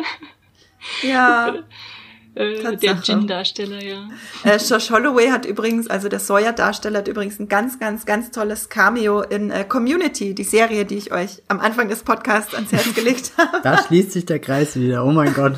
Ja. Äh, der Jin-Darsteller, ja. Äh, Josh Holloway hat übrigens, also der Sawyer-Darsteller hat übrigens ein ganz, ganz, ganz tolles Cameo in äh, Community, die Serie, die ich euch am Anfang des Podcasts ans Herz gelegt habe. Da schließt sich der Kreis wieder, oh mein Gott.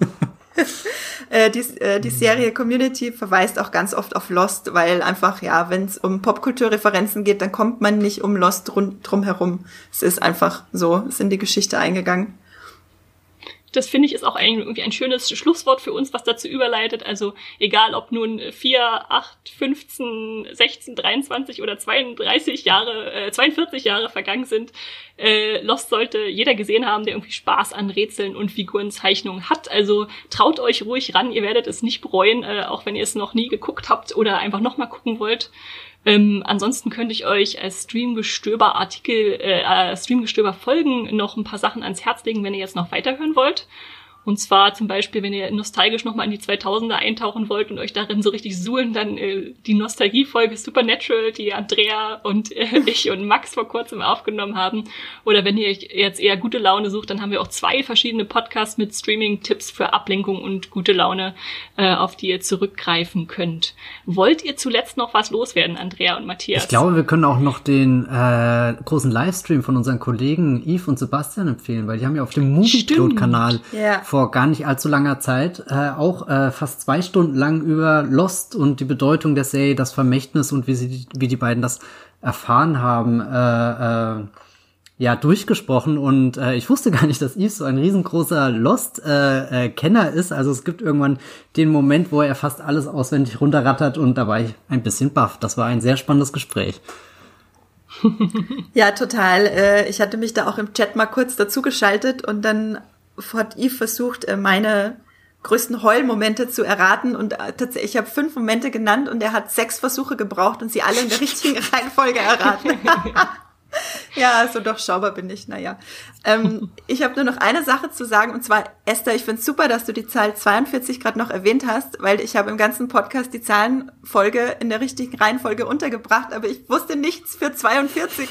äh, die, äh, die Serie Community verweist auch ganz oft auf Lost, weil einfach, ja, wenn es um Popkulturreferenzen geht, dann kommt man nicht um Lost rund, drum herum. Es ist einfach so, es ist in die Geschichte eingegangen. das finde ich ist auch ein, irgendwie ein schönes Schlusswort für uns, was dazu überleitet. Also egal, ob nun vier, acht, fünfzehn, sechzehn, dreiundzwanzig oder zweiunddreißig Jahre, äh, zweiundvierzig Jahre vergangen sind, äh, Lost sollte jeder gesehen haben, der irgendwie Spaß an Rätseln und Figurenzeichnungen hat. Also traut euch ruhig ran, ihr werdet es nicht bereuen, äh, auch wenn ihr es noch nie geguckt habt oder einfach nochmal gucken wollt. Ähm, ansonsten könnte ich euch als Streamgestöber-Artikel, äh, Streamgestöber-Folgen noch ein paar Sachen ans Herz legen, wenn ihr jetzt noch weiterhören wollt. Und zwar zum Beispiel, wenn ihr nostalgisch nochmal in die zweitausender eintauchen wollt und euch darin so richtig suhlen, dann äh, die Nostalgie-Folge Supernatural, die Andrea und äh, ich und Max vor kurzem aufgenommen haben. Oder wenn ihr jetzt eher gute Laune sucht, dann haben wir auch zwei verschiedene Podcasts mit Streaming-Tipps für Ablenkung und gute Laune, äh, auf die ihr zurückgreifen könnt. Wollt ihr zuletzt noch was loswerden, Andrea und Matthias? Ich glaube, wir können auch noch den äh, großen Livestream von unseren Kollegen Yves und Sebastian empfehlen, weil die haben ja auf dem Movie-Pilot-Kanal yeah. vor gar nicht allzu langer Zeit äh, auch äh, fast zwei Stunden lang über Lost und die Bedeutung der Serie, das Vermächtnis und wie sie, wie die beiden das erfahren haben, äh, äh, ja, durchgesprochen. Und äh, ich wusste gar nicht, dass Yves so ein riesengroßer Lost-Kenner äh, äh, Kenner ist. Also es gibt irgendwann den Moment, wo er fast alles auswendig runterrattert und da war ich ein bisschen baff. Das war ein sehr spannendes Gespräch. Ja, total. Äh, ich hatte mich da auch im Chat mal kurz dazugeschaltet und dann hat Yves versucht, meine größten Heulmomente zu erraten und tatsächlich, ich habe fünf Momente genannt und er hat sechs Versuche gebraucht und sie alle in der richtigen Reihenfolge erraten. Ja, so durchschaubar bin ich, naja. Ähm, ich habe nur noch eine Sache zu sagen und zwar, Esther, ich finde es super, dass du die Zahl zweiundvierzig gerade noch erwähnt hast, weil ich habe im ganzen Podcast die Zahlenfolge in der richtigen Reihenfolge untergebracht, aber ich wusste nichts für zweiundvierzig.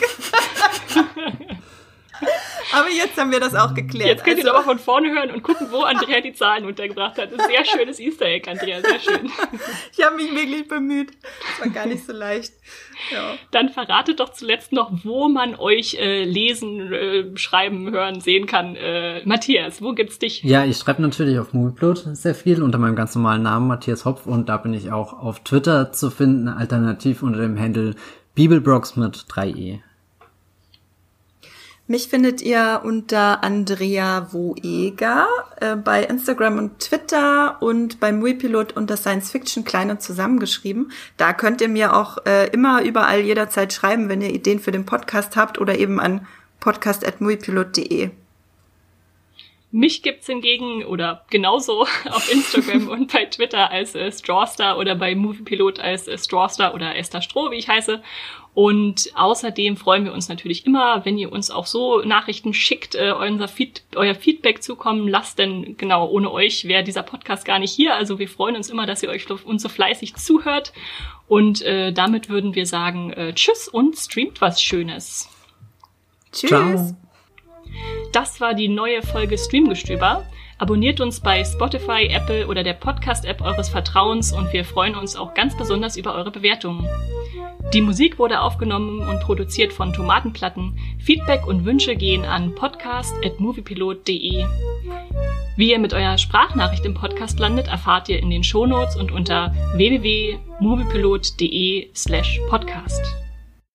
Aber jetzt haben wir das auch geklärt. Jetzt könnt ihr also, aber von vorne hören und gucken, wo Andrea die Zahlen untergebracht hat. Das ist ein sehr schönes Easter Egg, Andrea, sehr schön. Ich habe mich wirklich bemüht. Das war gar nicht so leicht. Ja. Dann verratet doch zuletzt noch, wo man euch äh, lesen, äh, schreiben, hören, sehen kann. Äh, Matthias, wo gibt's dich? Ja, ich schreibe natürlich auf Movieplot sehr viel unter meinem ganz normalen Namen Matthias Hopf und da bin ich auch auf Twitter zu finden, alternativ unter dem Handle Bibelbrox mit drei E. Mich findet ihr unter Andrea Woeger äh, bei Instagram und Twitter und beim Moviepilot unter Science Fiction klein und zusammengeschrieben. Da könnt ihr mir auch äh, immer überall jederzeit schreiben, wenn ihr Ideen für den Podcast habt oder eben an podcast at moviepilot punkt de. Mich gibt's hingegen oder genauso auf Instagram und bei Twitter als äh, Strawstar oder bei Moviepilot als äh, Strawstar oder Esther Stroh, wie ich heiße. Und außerdem freuen wir uns natürlich immer, wenn ihr uns auch so Nachrichten schickt, äh, unser Feed, euer Feedback zukommen lasst, denn genau, ohne euch wäre dieser Podcast gar nicht hier. Also wir freuen uns immer, dass ihr euch uns so fleißig zuhört. Und äh, damit würden wir sagen, äh, tschüss und streamt was Schönes. Tschüss. Ciao. Das war die neue Folge Streamgestöber. Abonniert uns bei Spotify, Apple oder der Podcast-App eures Vertrauens und wir freuen uns auch ganz besonders über eure Bewertungen. Die Musik wurde aufgenommen und produziert von Tomatenplatten. Feedback und Wünsche gehen an podcast at moviepilot punkt de. Wie ihr mit eurer Sprachnachricht im Podcast landet, erfahrt ihr in den Shownotes und unter w w w punkt moviepilot punkt de slash podcast.